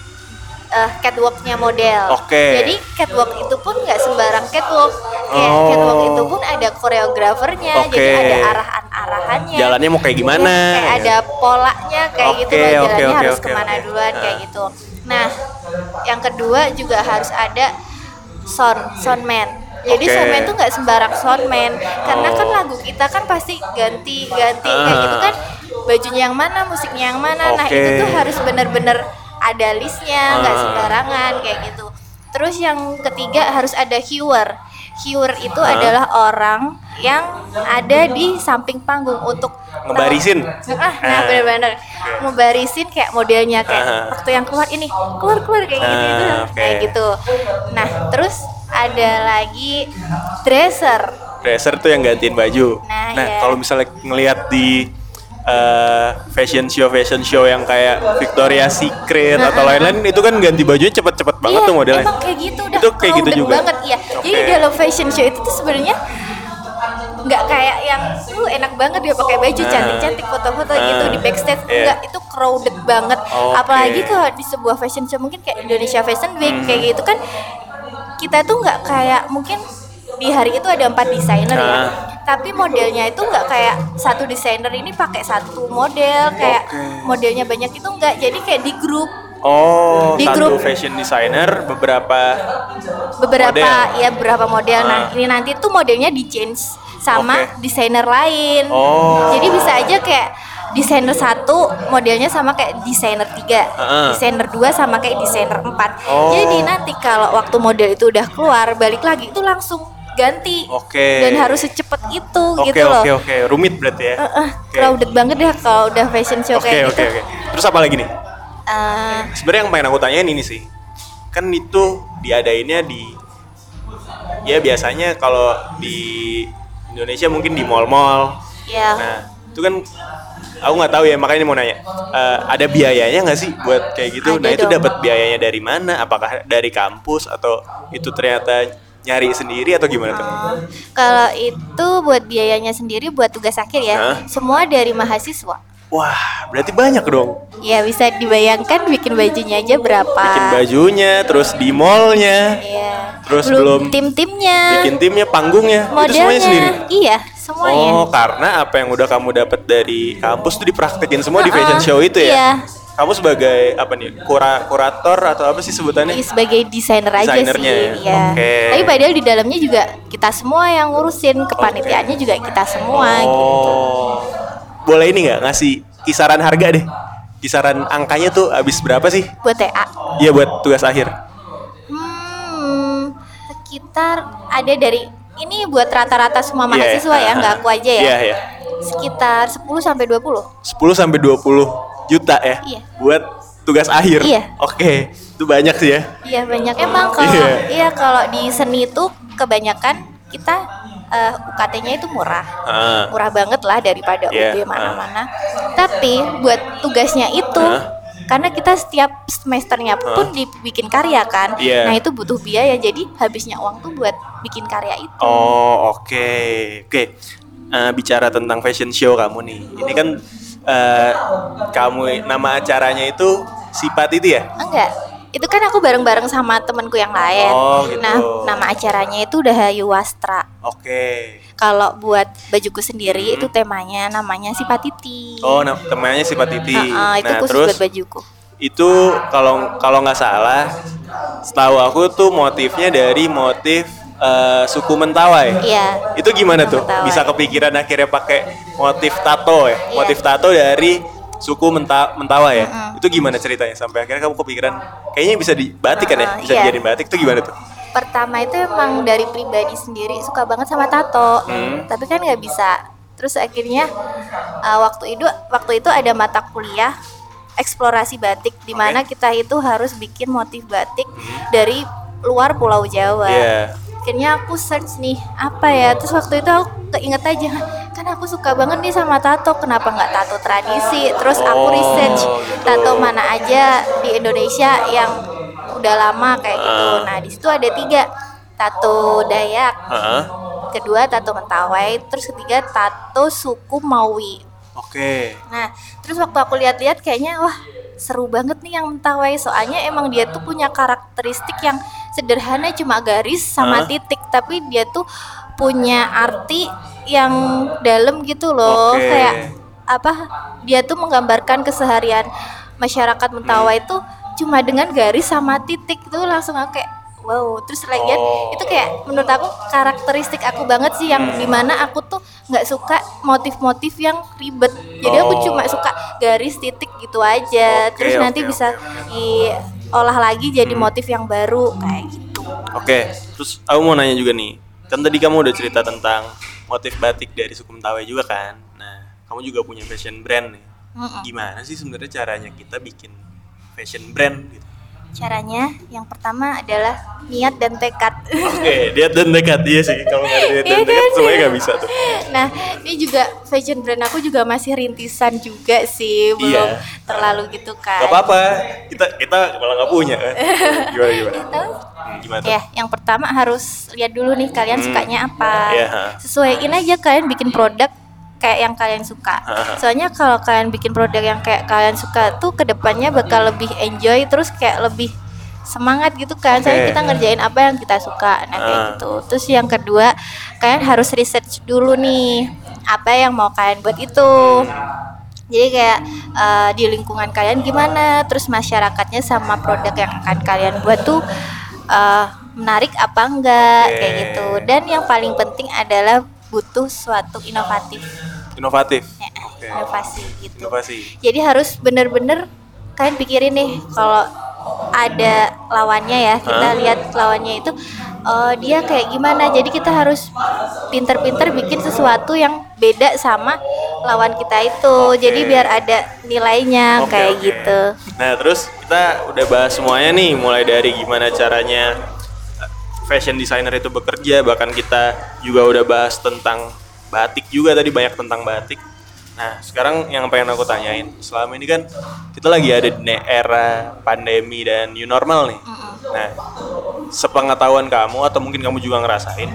C: eh, catwalknya model.
B: Oke.
C: Jadi catwalk itu pun nggak sembarang catwalk. Kayak
B: Oh.
C: catwalk itu pun ada koreografernya.
B: Oke.
C: Jadi ada arahan-arahannya.
B: Jalannya mau kayak gimana?
C: Ya, kayak ada polanya kayak
B: Oke,
C: gitu loh,
B: oke,
C: jalannya
B: oke,
C: harus
B: oke,
C: kemana
B: oke.
C: duluan kayak
B: Ah.
C: gitu. Nah, yang kedua juga harus ada sound soundman. Jadi
B: Oke.
C: soundman tuh nggak sembarang soundman, karena kan
B: Oh.
C: lagu kita kan pasti ganti-ganti kayak
B: Ah.
C: gitu kan, bajunya yang mana, musiknya yang mana. Nah
B: Oke.
C: itu tuh harus bener-bener ada listnya, nggak
B: Ah.
C: sembarangan kayak gitu. Terus yang ketiga harus ada hewer. Hewer itu
B: Ah.
C: adalah orang yang ada di samping panggung untuk
B: Ngebarisin?
C: Ah, nah
B: Ah.
C: benar-benar ngebarisin kayak modelnya kayak
B: Ah.
C: waktu yang keluar ini keluar keluar kayak gitu
B: Ah,
C: gitu
B: oke.
C: kayak gitu. Nah terus ada lagi dresser.
B: Dresser tuh yang gantiin baju.
C: Nah, iya.
B: kalau misalnya ngelihat di eh, fashion show fashion show yang kayak Victoria's Secret
C: Nah,
B: atau lain-lain itu kan ganti bajunya cepet-cepet banget
C: Iya,
B: tuh modelnya.
C: emang kayak gitu udah
B: Itu kayak gitu
C: crowded
B: juga?
C: banget iya.
B: Oke.
C: Jadi dalam fashion show itu tuh sebenarnya nggak kayak yang uh enak banget dia pakai baju
B: Nah.
C: cantik-cantik foto-foto
B: Nah.
C: gitu di backstage,
B: Iya.
C: enggak, itu crowded banget.
B: Oke.
C: Apalagi kalau di sebuah fashion show mungkin kayak Indonesia Fashion Week
B: Hmm.
C: kayak gitu kan, kita tuh nggak kayak mungkin di hari itu ada empat desainer ya,
B: Nah.
C: tapi modelnya itu nggak kayak satu desainer ini pakai satu model kayak
B: Oke.
C: modelnya banyak, itu nggak. Jadi kayak di grup
B: Oh,
C: Di
B: satu
C: grup.
B: fashion designer beberapa
C: beberapa
B: Model.
C: ya beberapa model. Nah
B: Ah.
C: ini nanti tuh modelnya di change sama
B: Oke.
C: desainer lain.
B: Oh.
C: Jadi bisa aja kayak desainer satu modelnya sama kayak desainer tiga,
B: Ah.
C: desainer dua sama kayak desainer empat.
B: Oh.
C: Jadi nanti kalau waktu model itu udah keluar balik lagi itu langsung ganti.
B: Oke.
C: Dan harus secepat itu
B: Oke,
C: gitu loh.
B: oke, oke. Rumit berarti ya.
C: Eh, eh,
B: Oke.
C: crowded banget deh kalau udah fashion show
B: Oke,
C: kayak
B: oke,
C: gitu.
B: oke. Terus apa lagi nih?
C: Eh,
B: Sebenarnya yang pengen aku tanyain ini sih, kan itu diadainnya di, ya biasanya kalau di Indonesia mungkin di mall-mall.
C: ya.
B: Nah itu kan aku nggak tahu ya, makanya ini mau nanya, Eh, ada biayanya nggak sih buat kayak gitu?
C: Ada
B: Nah itu
C: dong.
B: dapat biayanya dari mana? Apakah dari kampus atau itu ternyata nyari sendiri atau gimana tuh?
C: Oh, kalau itu buat biayanya sendiri buat tugas akhir ya,
B: Hah?
C: semua dari mahasiswa.
B: Wah berarti banyak dong.
C: Ya bisa dibayangkan bikin bajunya aja berapa.
B: Bikin bajunya, terus di mallnya,
C: Iya.
B: Terus belum
C: tim-timnya,
B: bikin timnya, panggungnya, itu semuanya sendiri.
C: Iya, semuanya.
B: Oh, karena apa yang udah kamu dapat dari kampus tuh dipraktekin semua di
C: Heeh,
B: fashion show itu ya?
C: Iya.
B: kamu sebagai apa nih? Kura, kurator atau apa sih sebutannya?
C: Iya, sebagai desainer aja
B: Desainernya,
C: sih. Ya.
B: Oke.
C: Tapi padahal di dalamnya juga kita semua yang ngurusin, kepanitiaannya juga kita semua
B: Oh.
C: gitu.
B: Boleh ini nggak ngasih kisaran harga deh? Kisaran angkanya tuh habis berapa sih?
C: Buat T A.
B: Iya buat tugas akhir.
C: Hmm, sekitar ada dari ini buat rata-rata semua
B: Iya,
C: mahasiswa ya,
B: uh-huh.
C: nggak aku aja ya.
B: Iya, iya.
C: Sekitar sepuluh sampai dua puluh.
B: sepuluh sampai dua puluh juta ya.
C: Iya.
B: Buat tugas akhir.
C: Iya.
B: Oke, itu banyak sih ya.
C: Iya, banyak emang kalau
B: Iya.
C: iya kalau di seni itu kebanyakan kita uh, U K T-nya itu murah.
B: Ah.
C: Murah banget lah daripada
B: Iya,
C: U B mana-mana. Tapi buat tugasnya itu
B: Ah.
C: karena kita setiap semesternya pun dibikin karya kan.
B: Iya.
C: Nah, itu butuh biaya, jadi habisnya uang tuh buat bikin karya itu.
B: Oh, oke. Oke. Eh, bicara tentang fashion show kamu nih. Ini kan eh, kamu nama acaranya itu Sifat itu ya?
C: Enggak. Itu kan aku bareng-bareng sama temanku yang lain.
B: Oh, gitu.
C: Nah, nama acaranya itu Dahayu Wastra.
B: Oke.
C: Kalau buat bajuku sendiri
B: Hmm.
C: itu temanya namanya Sipatiti.
B: Oh, nah, temannya Sifat Titi.
C: Heeh, itu
B: Nah,
C: khusus
B: terus
C: buat bajuku.
B: itu kalau kalau nggak salah, setahu aku tuh motifnya dari motif eh, suku Mentawai.
C: Iya.
B: Itu gimana tuh?
C: Mentawai.
B: Bisa kepikiran akhirnya pakai motif tato ya?
C: Iya.
B: Motif tato dari suku Menta, Mentawai ya?
C: Mm-mm.
B: Itu gimana ceritanya sampai akhirnya kamu kepikiran kayaknya bisa dibatik kan ya?
C: Uh-uh,
B: Bisa
C: iya.
B: dijadiin batik itu gimana tuh?
C: Pertama itu emang dari pribadi sendiri suka banget sama tato,
B: Hmm.
C: tapi kan nggak bisa. Terus akhirnya uh, waktu itu waktu itu ada mata kuliah eksplorasi batik di mana kita itu harus bikin motif batik dari luar Pulau Jawa.
B: Iya.
C: Akhirnya aku search nih apa ya, terus waktu itu aku keinget aja kan aku suka banget nih sama tato, kenapa nggak tato tradisi. Terus aku
B: Oh,
C: research
B: gitu.
C: tato mana aja di Indonesia yang udah lama kayak gitu.
B: Ah.
C: Nah di situ ada tiga, tato Dayak,
B: Heeh.
C: kedua tato Mentawai, terus ketiga tato suku Maui.
B: Oke.
C: Nah terus waktu aku lihat-lihat kayaknya wah seru banget nih yang Mentawai, soalnya emang dia tuh punya karakteristik yang sederhana, cuma garis sama
B: Hah?
C: titik, tapi dia tuh punya arti yang dalam gitu loh.
B: Oke.
C: Kayak apa, dia tuh menggambarkan keseharian masyarakat Mentawai
B: Hmm.
C: tuh cuma dengan garis sama titik. Itu langsung aku kayak wow. Terus lagian
B: Oh.
C: itu kayak menurut aku karakteristik aku banget sih, yang dimana aku tuh nggak suka motif-motif yang ribet, jadi aku
B: Oh.
C: cuma suka garis titik gitu aja.
B: Oke,
C: Terus
B: oke,
C: nanti
B: oke,
C: bisa
B: oke.
C: diolah lagi jadi motif yang baru kayak gitu.
B: Oke, terus aku mau nanya juga nih. Kan tadi kamu udah cerita tentang motif batik dari suku Mentawai juga kan. Nah, kamu juga punya fashion brand nih.
C: Mm-mm.
B: Gimana sih sebenarnya caranya kita bikin fashion brand gitu?
C: Caranya yang pertama adalah niat dan tekad.
B: Oke, niat dan tekad. Iya sih, kalau nggak ada niat dan
C: Iya
B: tekad
C: kan?
B: semuanya nggak bisa tuh.
C: Nah, ini juga fashion brand aku juga masih rintisan juga sih, belum
B: Iya.
C: terlalu gitu kan.
B: Gak apa-apa, kita kita malah nggak punya kan. Gimana gimana?
C: Tahu?
B: Hmm, gimana tuh?
C: Ya, yang pertama harus lihat dulu nih kalian
B: Hmm.
C: sukanya apa.
B: Iya, ha.
C: Sesuaiin aja kalian bikin produk kayak yang kalian suka.
B: Ha.
C: Soalnya kalau kalian bikin produk yang kayak kalian suka tuh kedepannya bakal lebih enjoy, terus kayak lebih semangat gitu kan. Soalnya
B: Oke.
C: kita ngerjain apa yang kita suka. Nah kayak
B: Ha.
C: gitu. Terus yang kedua, kalian harus research dulu nih apa yang mau kalian buat itu. Jadi kayak eh, di lingkungan kalian gimana, terus masyarakatnya sama produk yang akan kalian buat tuh eh, menarik apa enggak,
B: Oke.
C: kayak gitu. Dan yang paling penting adalah butuh suatu inovatif,
B: Inovatif.
C: ya,
B: Oke.
C: inovasi gitu.
B: Inovasi.
C: Jadi harus bener-bener kalian pikirin nih, kalau ada lawannya ya, kita
B: Hah?
C: lihat lawannya itu eh, dia kayak gimana. Jadi kita harus pinter-pinter bikin sesuatu yang beda sama lawan kita itu.
B: Oke.
C: Jadi biar ada nilainya
B: Oke,
C: kayak
B: oke.
C: gitu.
B: Nah, terus kita udah bahas semuanya nih, mulai dari gimana caranya uh, fashion designer itu bekerja, bahkan kita juga udah bahas tentang batik juga tadi, banyak tentang batik. Nah, sekarang yang pengen aku tanyain, selama ini kan kita lagi ada di era pandemi dan new normal nih. Nah, sepengetahuan kamu atau mungkin kamu juga ngerasain,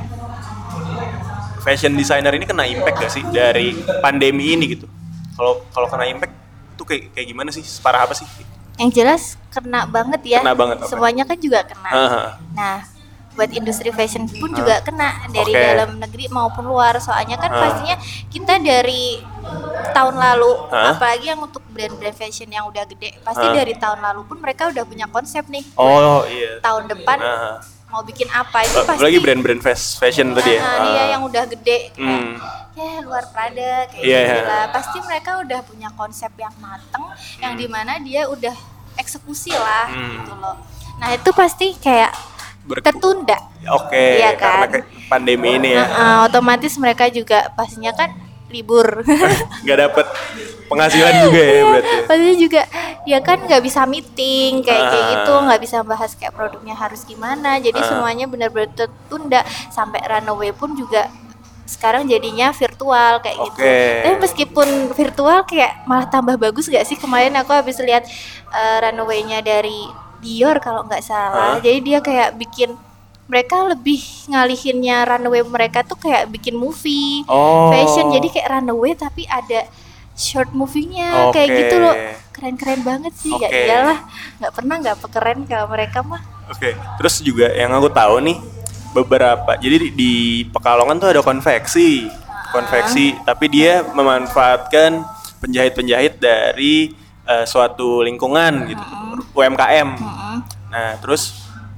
B: fashion designer ini kena impact gak sih dari pandemi ini gitu? Kalau kalau kena impact itu kayak kayak gimana sih? Separah apa sih?
C: Yang jelas kena banget ya.
B: Kena banget, apa?
C: Semuanya kan juga kena.
B: Aha.
C: Nah, buat industri fashion pun juga kena dari
B: Oke.
C: dalam negeri maupun luar. Soalnya kan
B: Ah.
C: pastinya kita dari tahun lalu,
B: Hah?
C: apalagi yang untuk brand-brand fashion yang udah gede, pasti
B: Hah?
C: dari tahun lalu pun mereka udah punya konsep nih.
B: Oh iya.
C: Tahun depan
B: Nah,
C: mau bikin apa itu pasti.
B: lagi brand-brand fast fashion tadi ya.
C: Nah,
B: Ah.
C: iya yang udah gede kayak
B: Hmm.
C: ya luar Prada kayak
B: Iya,
C: gitu
B: iya.
C: lah. Pasti mereka udah punya konsep yang mateng, yang dimana dia udah eksekusi lah
B: Hmm.
C: gitu loh. Nah itu pasti kayak
B: Ber-
C: tertunda.
B: Oke,
C: Iya
B: karena
C: kan?
B: ke- pandemi ini ya.
C: Nah, uh, otomatis mereka juga pastinya kan libur.
B: Nggak dapet penghasilan juga ya berarti.
C: Pastinya juga ya kan nggak bisa meeting kayak kayak
B: Ah.
C: gitu, nggak bisa bahas kayak produknya harus gimana. Jadi
B: Ah.
C: semuanya benar-benar tertunda sampai runaway pun juga sekarang jadinya virtual kayak gitu.
B: Oke.
C: Tapi meskipun virtual kayak malah tambah bagus gak sih? Kemarin aku habis lihat uh, runaway-nya dari Dior kalau nggak salah.
B: Hah?
C: Jadi dia kayak bikin mereka lebih ngalihinnya runaway mereka tuh kayak bikin movie
B: Oh.
C: fashion. Jadi kayak runaway tapi ada short movie-nya kayak
B: Oke.
C: gitu loh. Keren-keren banget sih. Ya
B: Oke.
C: iyalah, nggak pernah nggak keren kalau mereka mah.
B: Oke. Terus juga yang aku tahu nih beberapa. Jadi di, di Pekalongan tuh ada konveksi, konveksi. Tapi dia memanfaatkan penjahit-penjahit dari eh, suatu lingkungan gitu, U M K M. Nah, terus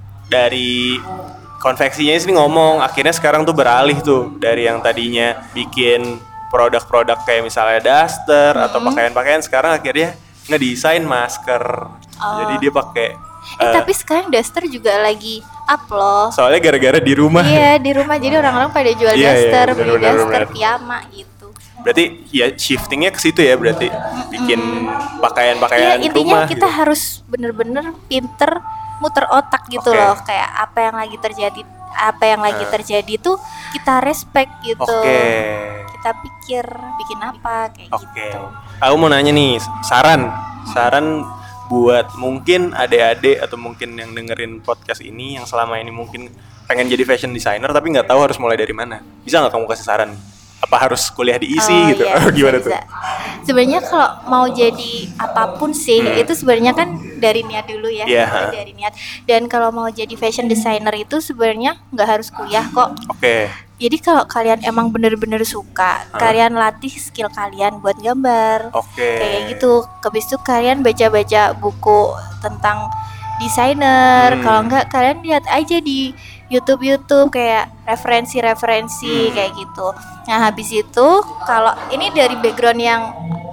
B: dari konveksinya sih ngomong, akhirnya sekarang tuh beralih tuh dari yang tadinya bikin produk-produk kayak misalnya daster atau pakaian-pakaian, sekarang akhirnya ngedesain masker. Jadi dia pakai
C: Eh,
B: eh,
C: tapi sekarang Duster juga lagi up loh.
B: soalnya gara-gara di rumah.
C: Iya di rumah jadi orang-orang pada jual
B: Iya, iya,
C: daster,
B: benar,
C: beli
B: benar,
C: daster,
B: benar.
C: piyama gitu.
B: Berarti ya shiftingnya ke situ ya, berarti bikin
C: Iya
B: pakaian-pakaian
C: intinya
B: rumah.
C: kita
B: gitu.
C: harus bener-bener pinter muter otak gitu
B: Oke.
C: loh, kayak apa yang lagi terjadi, apa yang lagi terjadi tuh kita respect gitu.
B: Oke.
C: Kita pikir bikin apa kayak
B: Oke.
C: gitu.
B: Aku mau nanya nih, saran, saran buat mungkin adik-adik atau mungkin yang dengerin podcast ini yang selama ini mungkin pengen jadi fashion designer tapi nggak tahu harus mulai dari mana. Bisa nggak kamu kasih saran? Apa harus kuliah di I S I
C: Oh,
B: gitu?
C: iya,
B: Oh, gimana
C: bisa,
B: tuh?
C: bisa. Sebenarnya kalau mau jadi apapun sih
B: Hmm.
C: itu sebenarnya kan dari niat dulu ya,
B: Iya.
C: dari niat. Dan kalau mau jadi fashion designer itu sebenarnya nggak harus kuliah kok.
B: Oke.
C: Jadi kalau kalian emang bener-bener suka, kalian latih skill kalian buat gambar.
B: Oke.
C: Kayak gitu. Habis itu kalian baca-baca buku tentang desainer.
B: Hmm.
C: Kalau enggak kalian lihat aja di YouTube-YouTube kayak referensi-referensi
B: Hmm.
C: kayak gitu. Nah, habis itu kalau ini dari background yang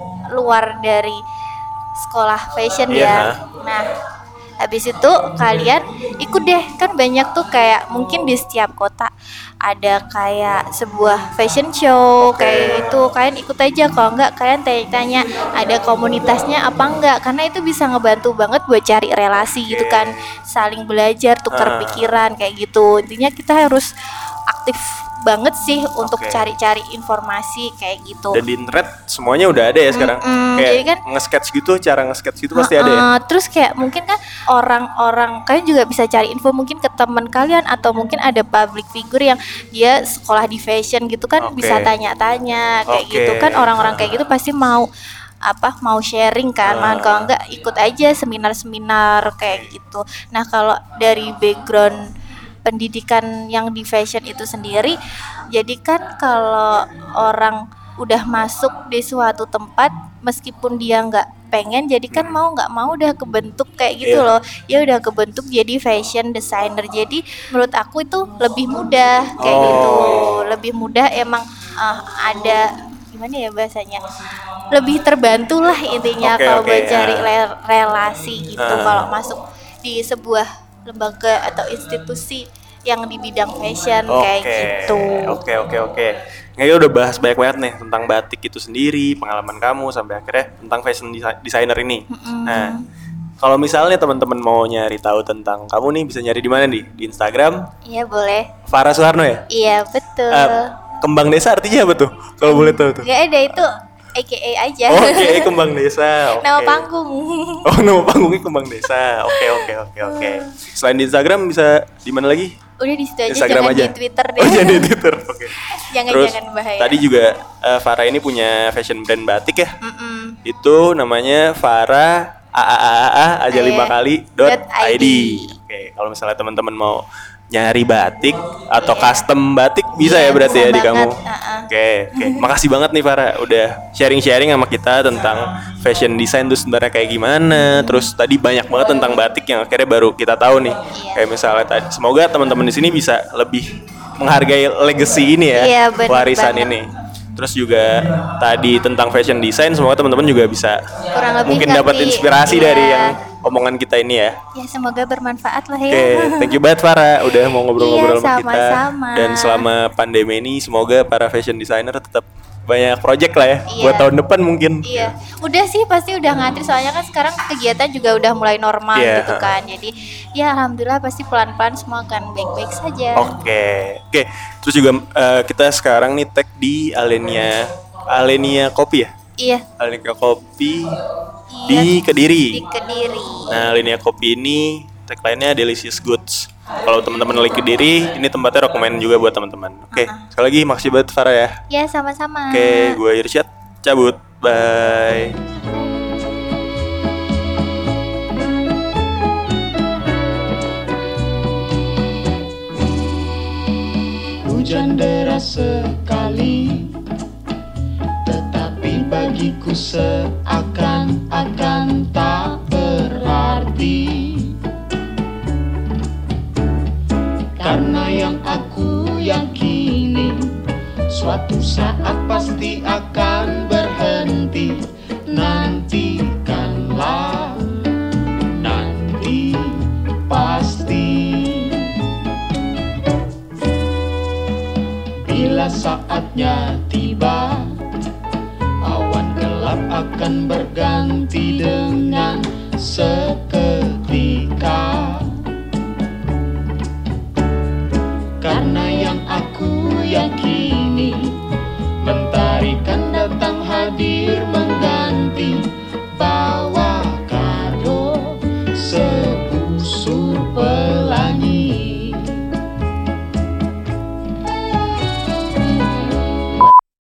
C: luar dari sekolah fashion
B: Iya.
C: ya. Nah, habis itu kalian ikut deh, kan banyak tuh kayak mungkin di setiap kota ada kayak sebuah fashion show
B: Oke.
C: kayak gitu. Kalian ikut aja, kalau enggak kalian tanya-tanya ada komunitasnya apa enggak, karena itu bisa ngebantu banget buat cari relasi gitu
B: Oke.
C: kan, saling belajar, tukar
B: Ah.
C: pikiran kayak gitu. Intinya kita harus aktif banget sih untuk
B: Oke.
C: cari-cari informasi kayak gitu.
B: Dan di internet semuanya udah ada ya sekarang.
C: Mm-mm,
B: Kayak
C: jadi kan
B: nge-sketch gitu, cara nge-sketch gitu pasti ada ya.
C: Uh-uh, terus kayak mungkin kan orang-orang kalian juga bisa cari info mungkin ke teman kalian atau mungkin ada public figure yang dia sekolah di fashion gitu kan,
B: Oke.
C: bisa tanya-tanya kayak
B: Oke.
C: gitu kan, orang-orang kayak gitu pasti mau apa mau sharing kan,
B: Ah.
C: man kalau enggak ikut aja seminar-seminar kayak gitu. Nah kalau dari background pendidikan yang di fashion itu sendiri, jadi kan kalau orang udah masuk di suatu tempat meskipun dia nggak pengen, jadi kan mau nggak mau udah kebentuk kayak gitu
B: Iya.
C: loh, ya udah kebentuk jadi fashion designer. Jadi menurut aku itu lebih mudah kayak
B: Oh.
C: gitu, lebih mudah emang uh, ada gimana ya bahasanya, lebih terbantu lah intinya
B: Oke,
C: kalau
B: oke,
C: buat cari
B: ah.
C: le- relasi gitu
B: Ah.
C: kalau masuk di sebuah lembaga atau institusi yang di bidang fashion kayak gitu.
B: Oke, oke, oke. Kayaknya udah bahas banyak banget nih tentang batik itu sendiri, pengalaman kamu sampai akhirnya tentang fashion desi- designer ini. Nah, kalau misalnya teman-teman mau nyari tahu tentang kamu nih, bisa nyari di mana nih? Di Instagram
C: Iya boleh.
B: Farah Suharno ya?
C: Iya betul.
B: Eh, kembang desa artinya apa tuh? Kalau boleh tahu tuh.
C: Gak ada itu A K A aja.
B: Oh, oke, kembang desa. Oke.
C: Nama panggung.
B: Oh, nama panggungnya kembang desa. Oke, oke, oke, oke. Selain di Instagram bisa di mana lagi?
C: Udah di situ aja,
B: Instagram
C: jangan
B: aja.
C: di Twitter deh.
B: Oh, jangan di Twitter. Oke.
C: Jangan
B: Terus
C: jangan bahaya.
B: tadi juga eh, Farah ini punya fashion brand batik ya.
C: Mm-mm.
B: Itu namanya Farah A A A A aja
C: Iya.
B: lima kali dot
C: Dot
B: I D.
C: I D.
B: Oke, kalau misalnya teman-teman mau nyari batik atau custom batik bisa ya berarti
C: Bisa
B: ya di kamu.
C: banget, uh-uh.
B: Oke, oke. Makasih banget nih Farah udah sharing-sharing sama kita tentang fashion design tuh sebenarnya kayak gimana. Terus tadi banyak banget tentang batik yang akhirnya baru kita tahu nih.
C: Iya.
B: Kayak misalnya tadi, semoga teman-teman di sini bisa lebih menghargai legacy ini ya,
C: Iya, bener
B: warisan
C: banget.
B: ini. Terus juga tadi tentang fashion design, semoga teman-teman juga bisa
C: Kurang lebih
B: mungkin dapat
C: ngerti.
B: inspirasi
C: Iya.
B: dari yang omongan kita ini ya.
C: Ya semoga bermanfaat lah ya.
B: Oke, thank you banget Farah udah mau ngobrol-ngobrol
C: Iya,
B: sama kita.
C: sama-sama.
B: Dan selama pandemi ini semoga para fashion designer tetap banyak project lah ya
C: Iya.
B: buat tahun depan mungkin.
C: Iya, udah sih pasti udah ngantri soalnya kan sekarang kegiatan juga udah mulai normal
B: Iya.
C: gitu kan. Jadi ya alhamdulillah pasti pelan-pelan semua akan baik-baik saja.
B: Oke, oke. Terus juga eh, kita sekarang nih tag di Alenia, Alenia Kopi ya.
C: Iya.
B: Alenia Kopi
C: Iya.
B: di Kediri.
C: Di Kediri.
B: Nah, Alenia Kopi ini tagline-nya Delicious Goods. Kalau teman-teman lagi Kediri, ini tempatnya rekomend juga buat teman-teman. Oke, sekali lagi makasih banget Farah ya.
C: Ya sama-sama.
B: Oke, gue Irsyad cabut. Bye.
D: Hujan deras sekali, tetapi bagiku seakan-akan tak berarti. Karena yang aku yakini, suatu saat pasti akan berhenti. Nantikanlah, nanti pasti. Bila saatnya tiba, awan gelap akan berganti dengan sepi.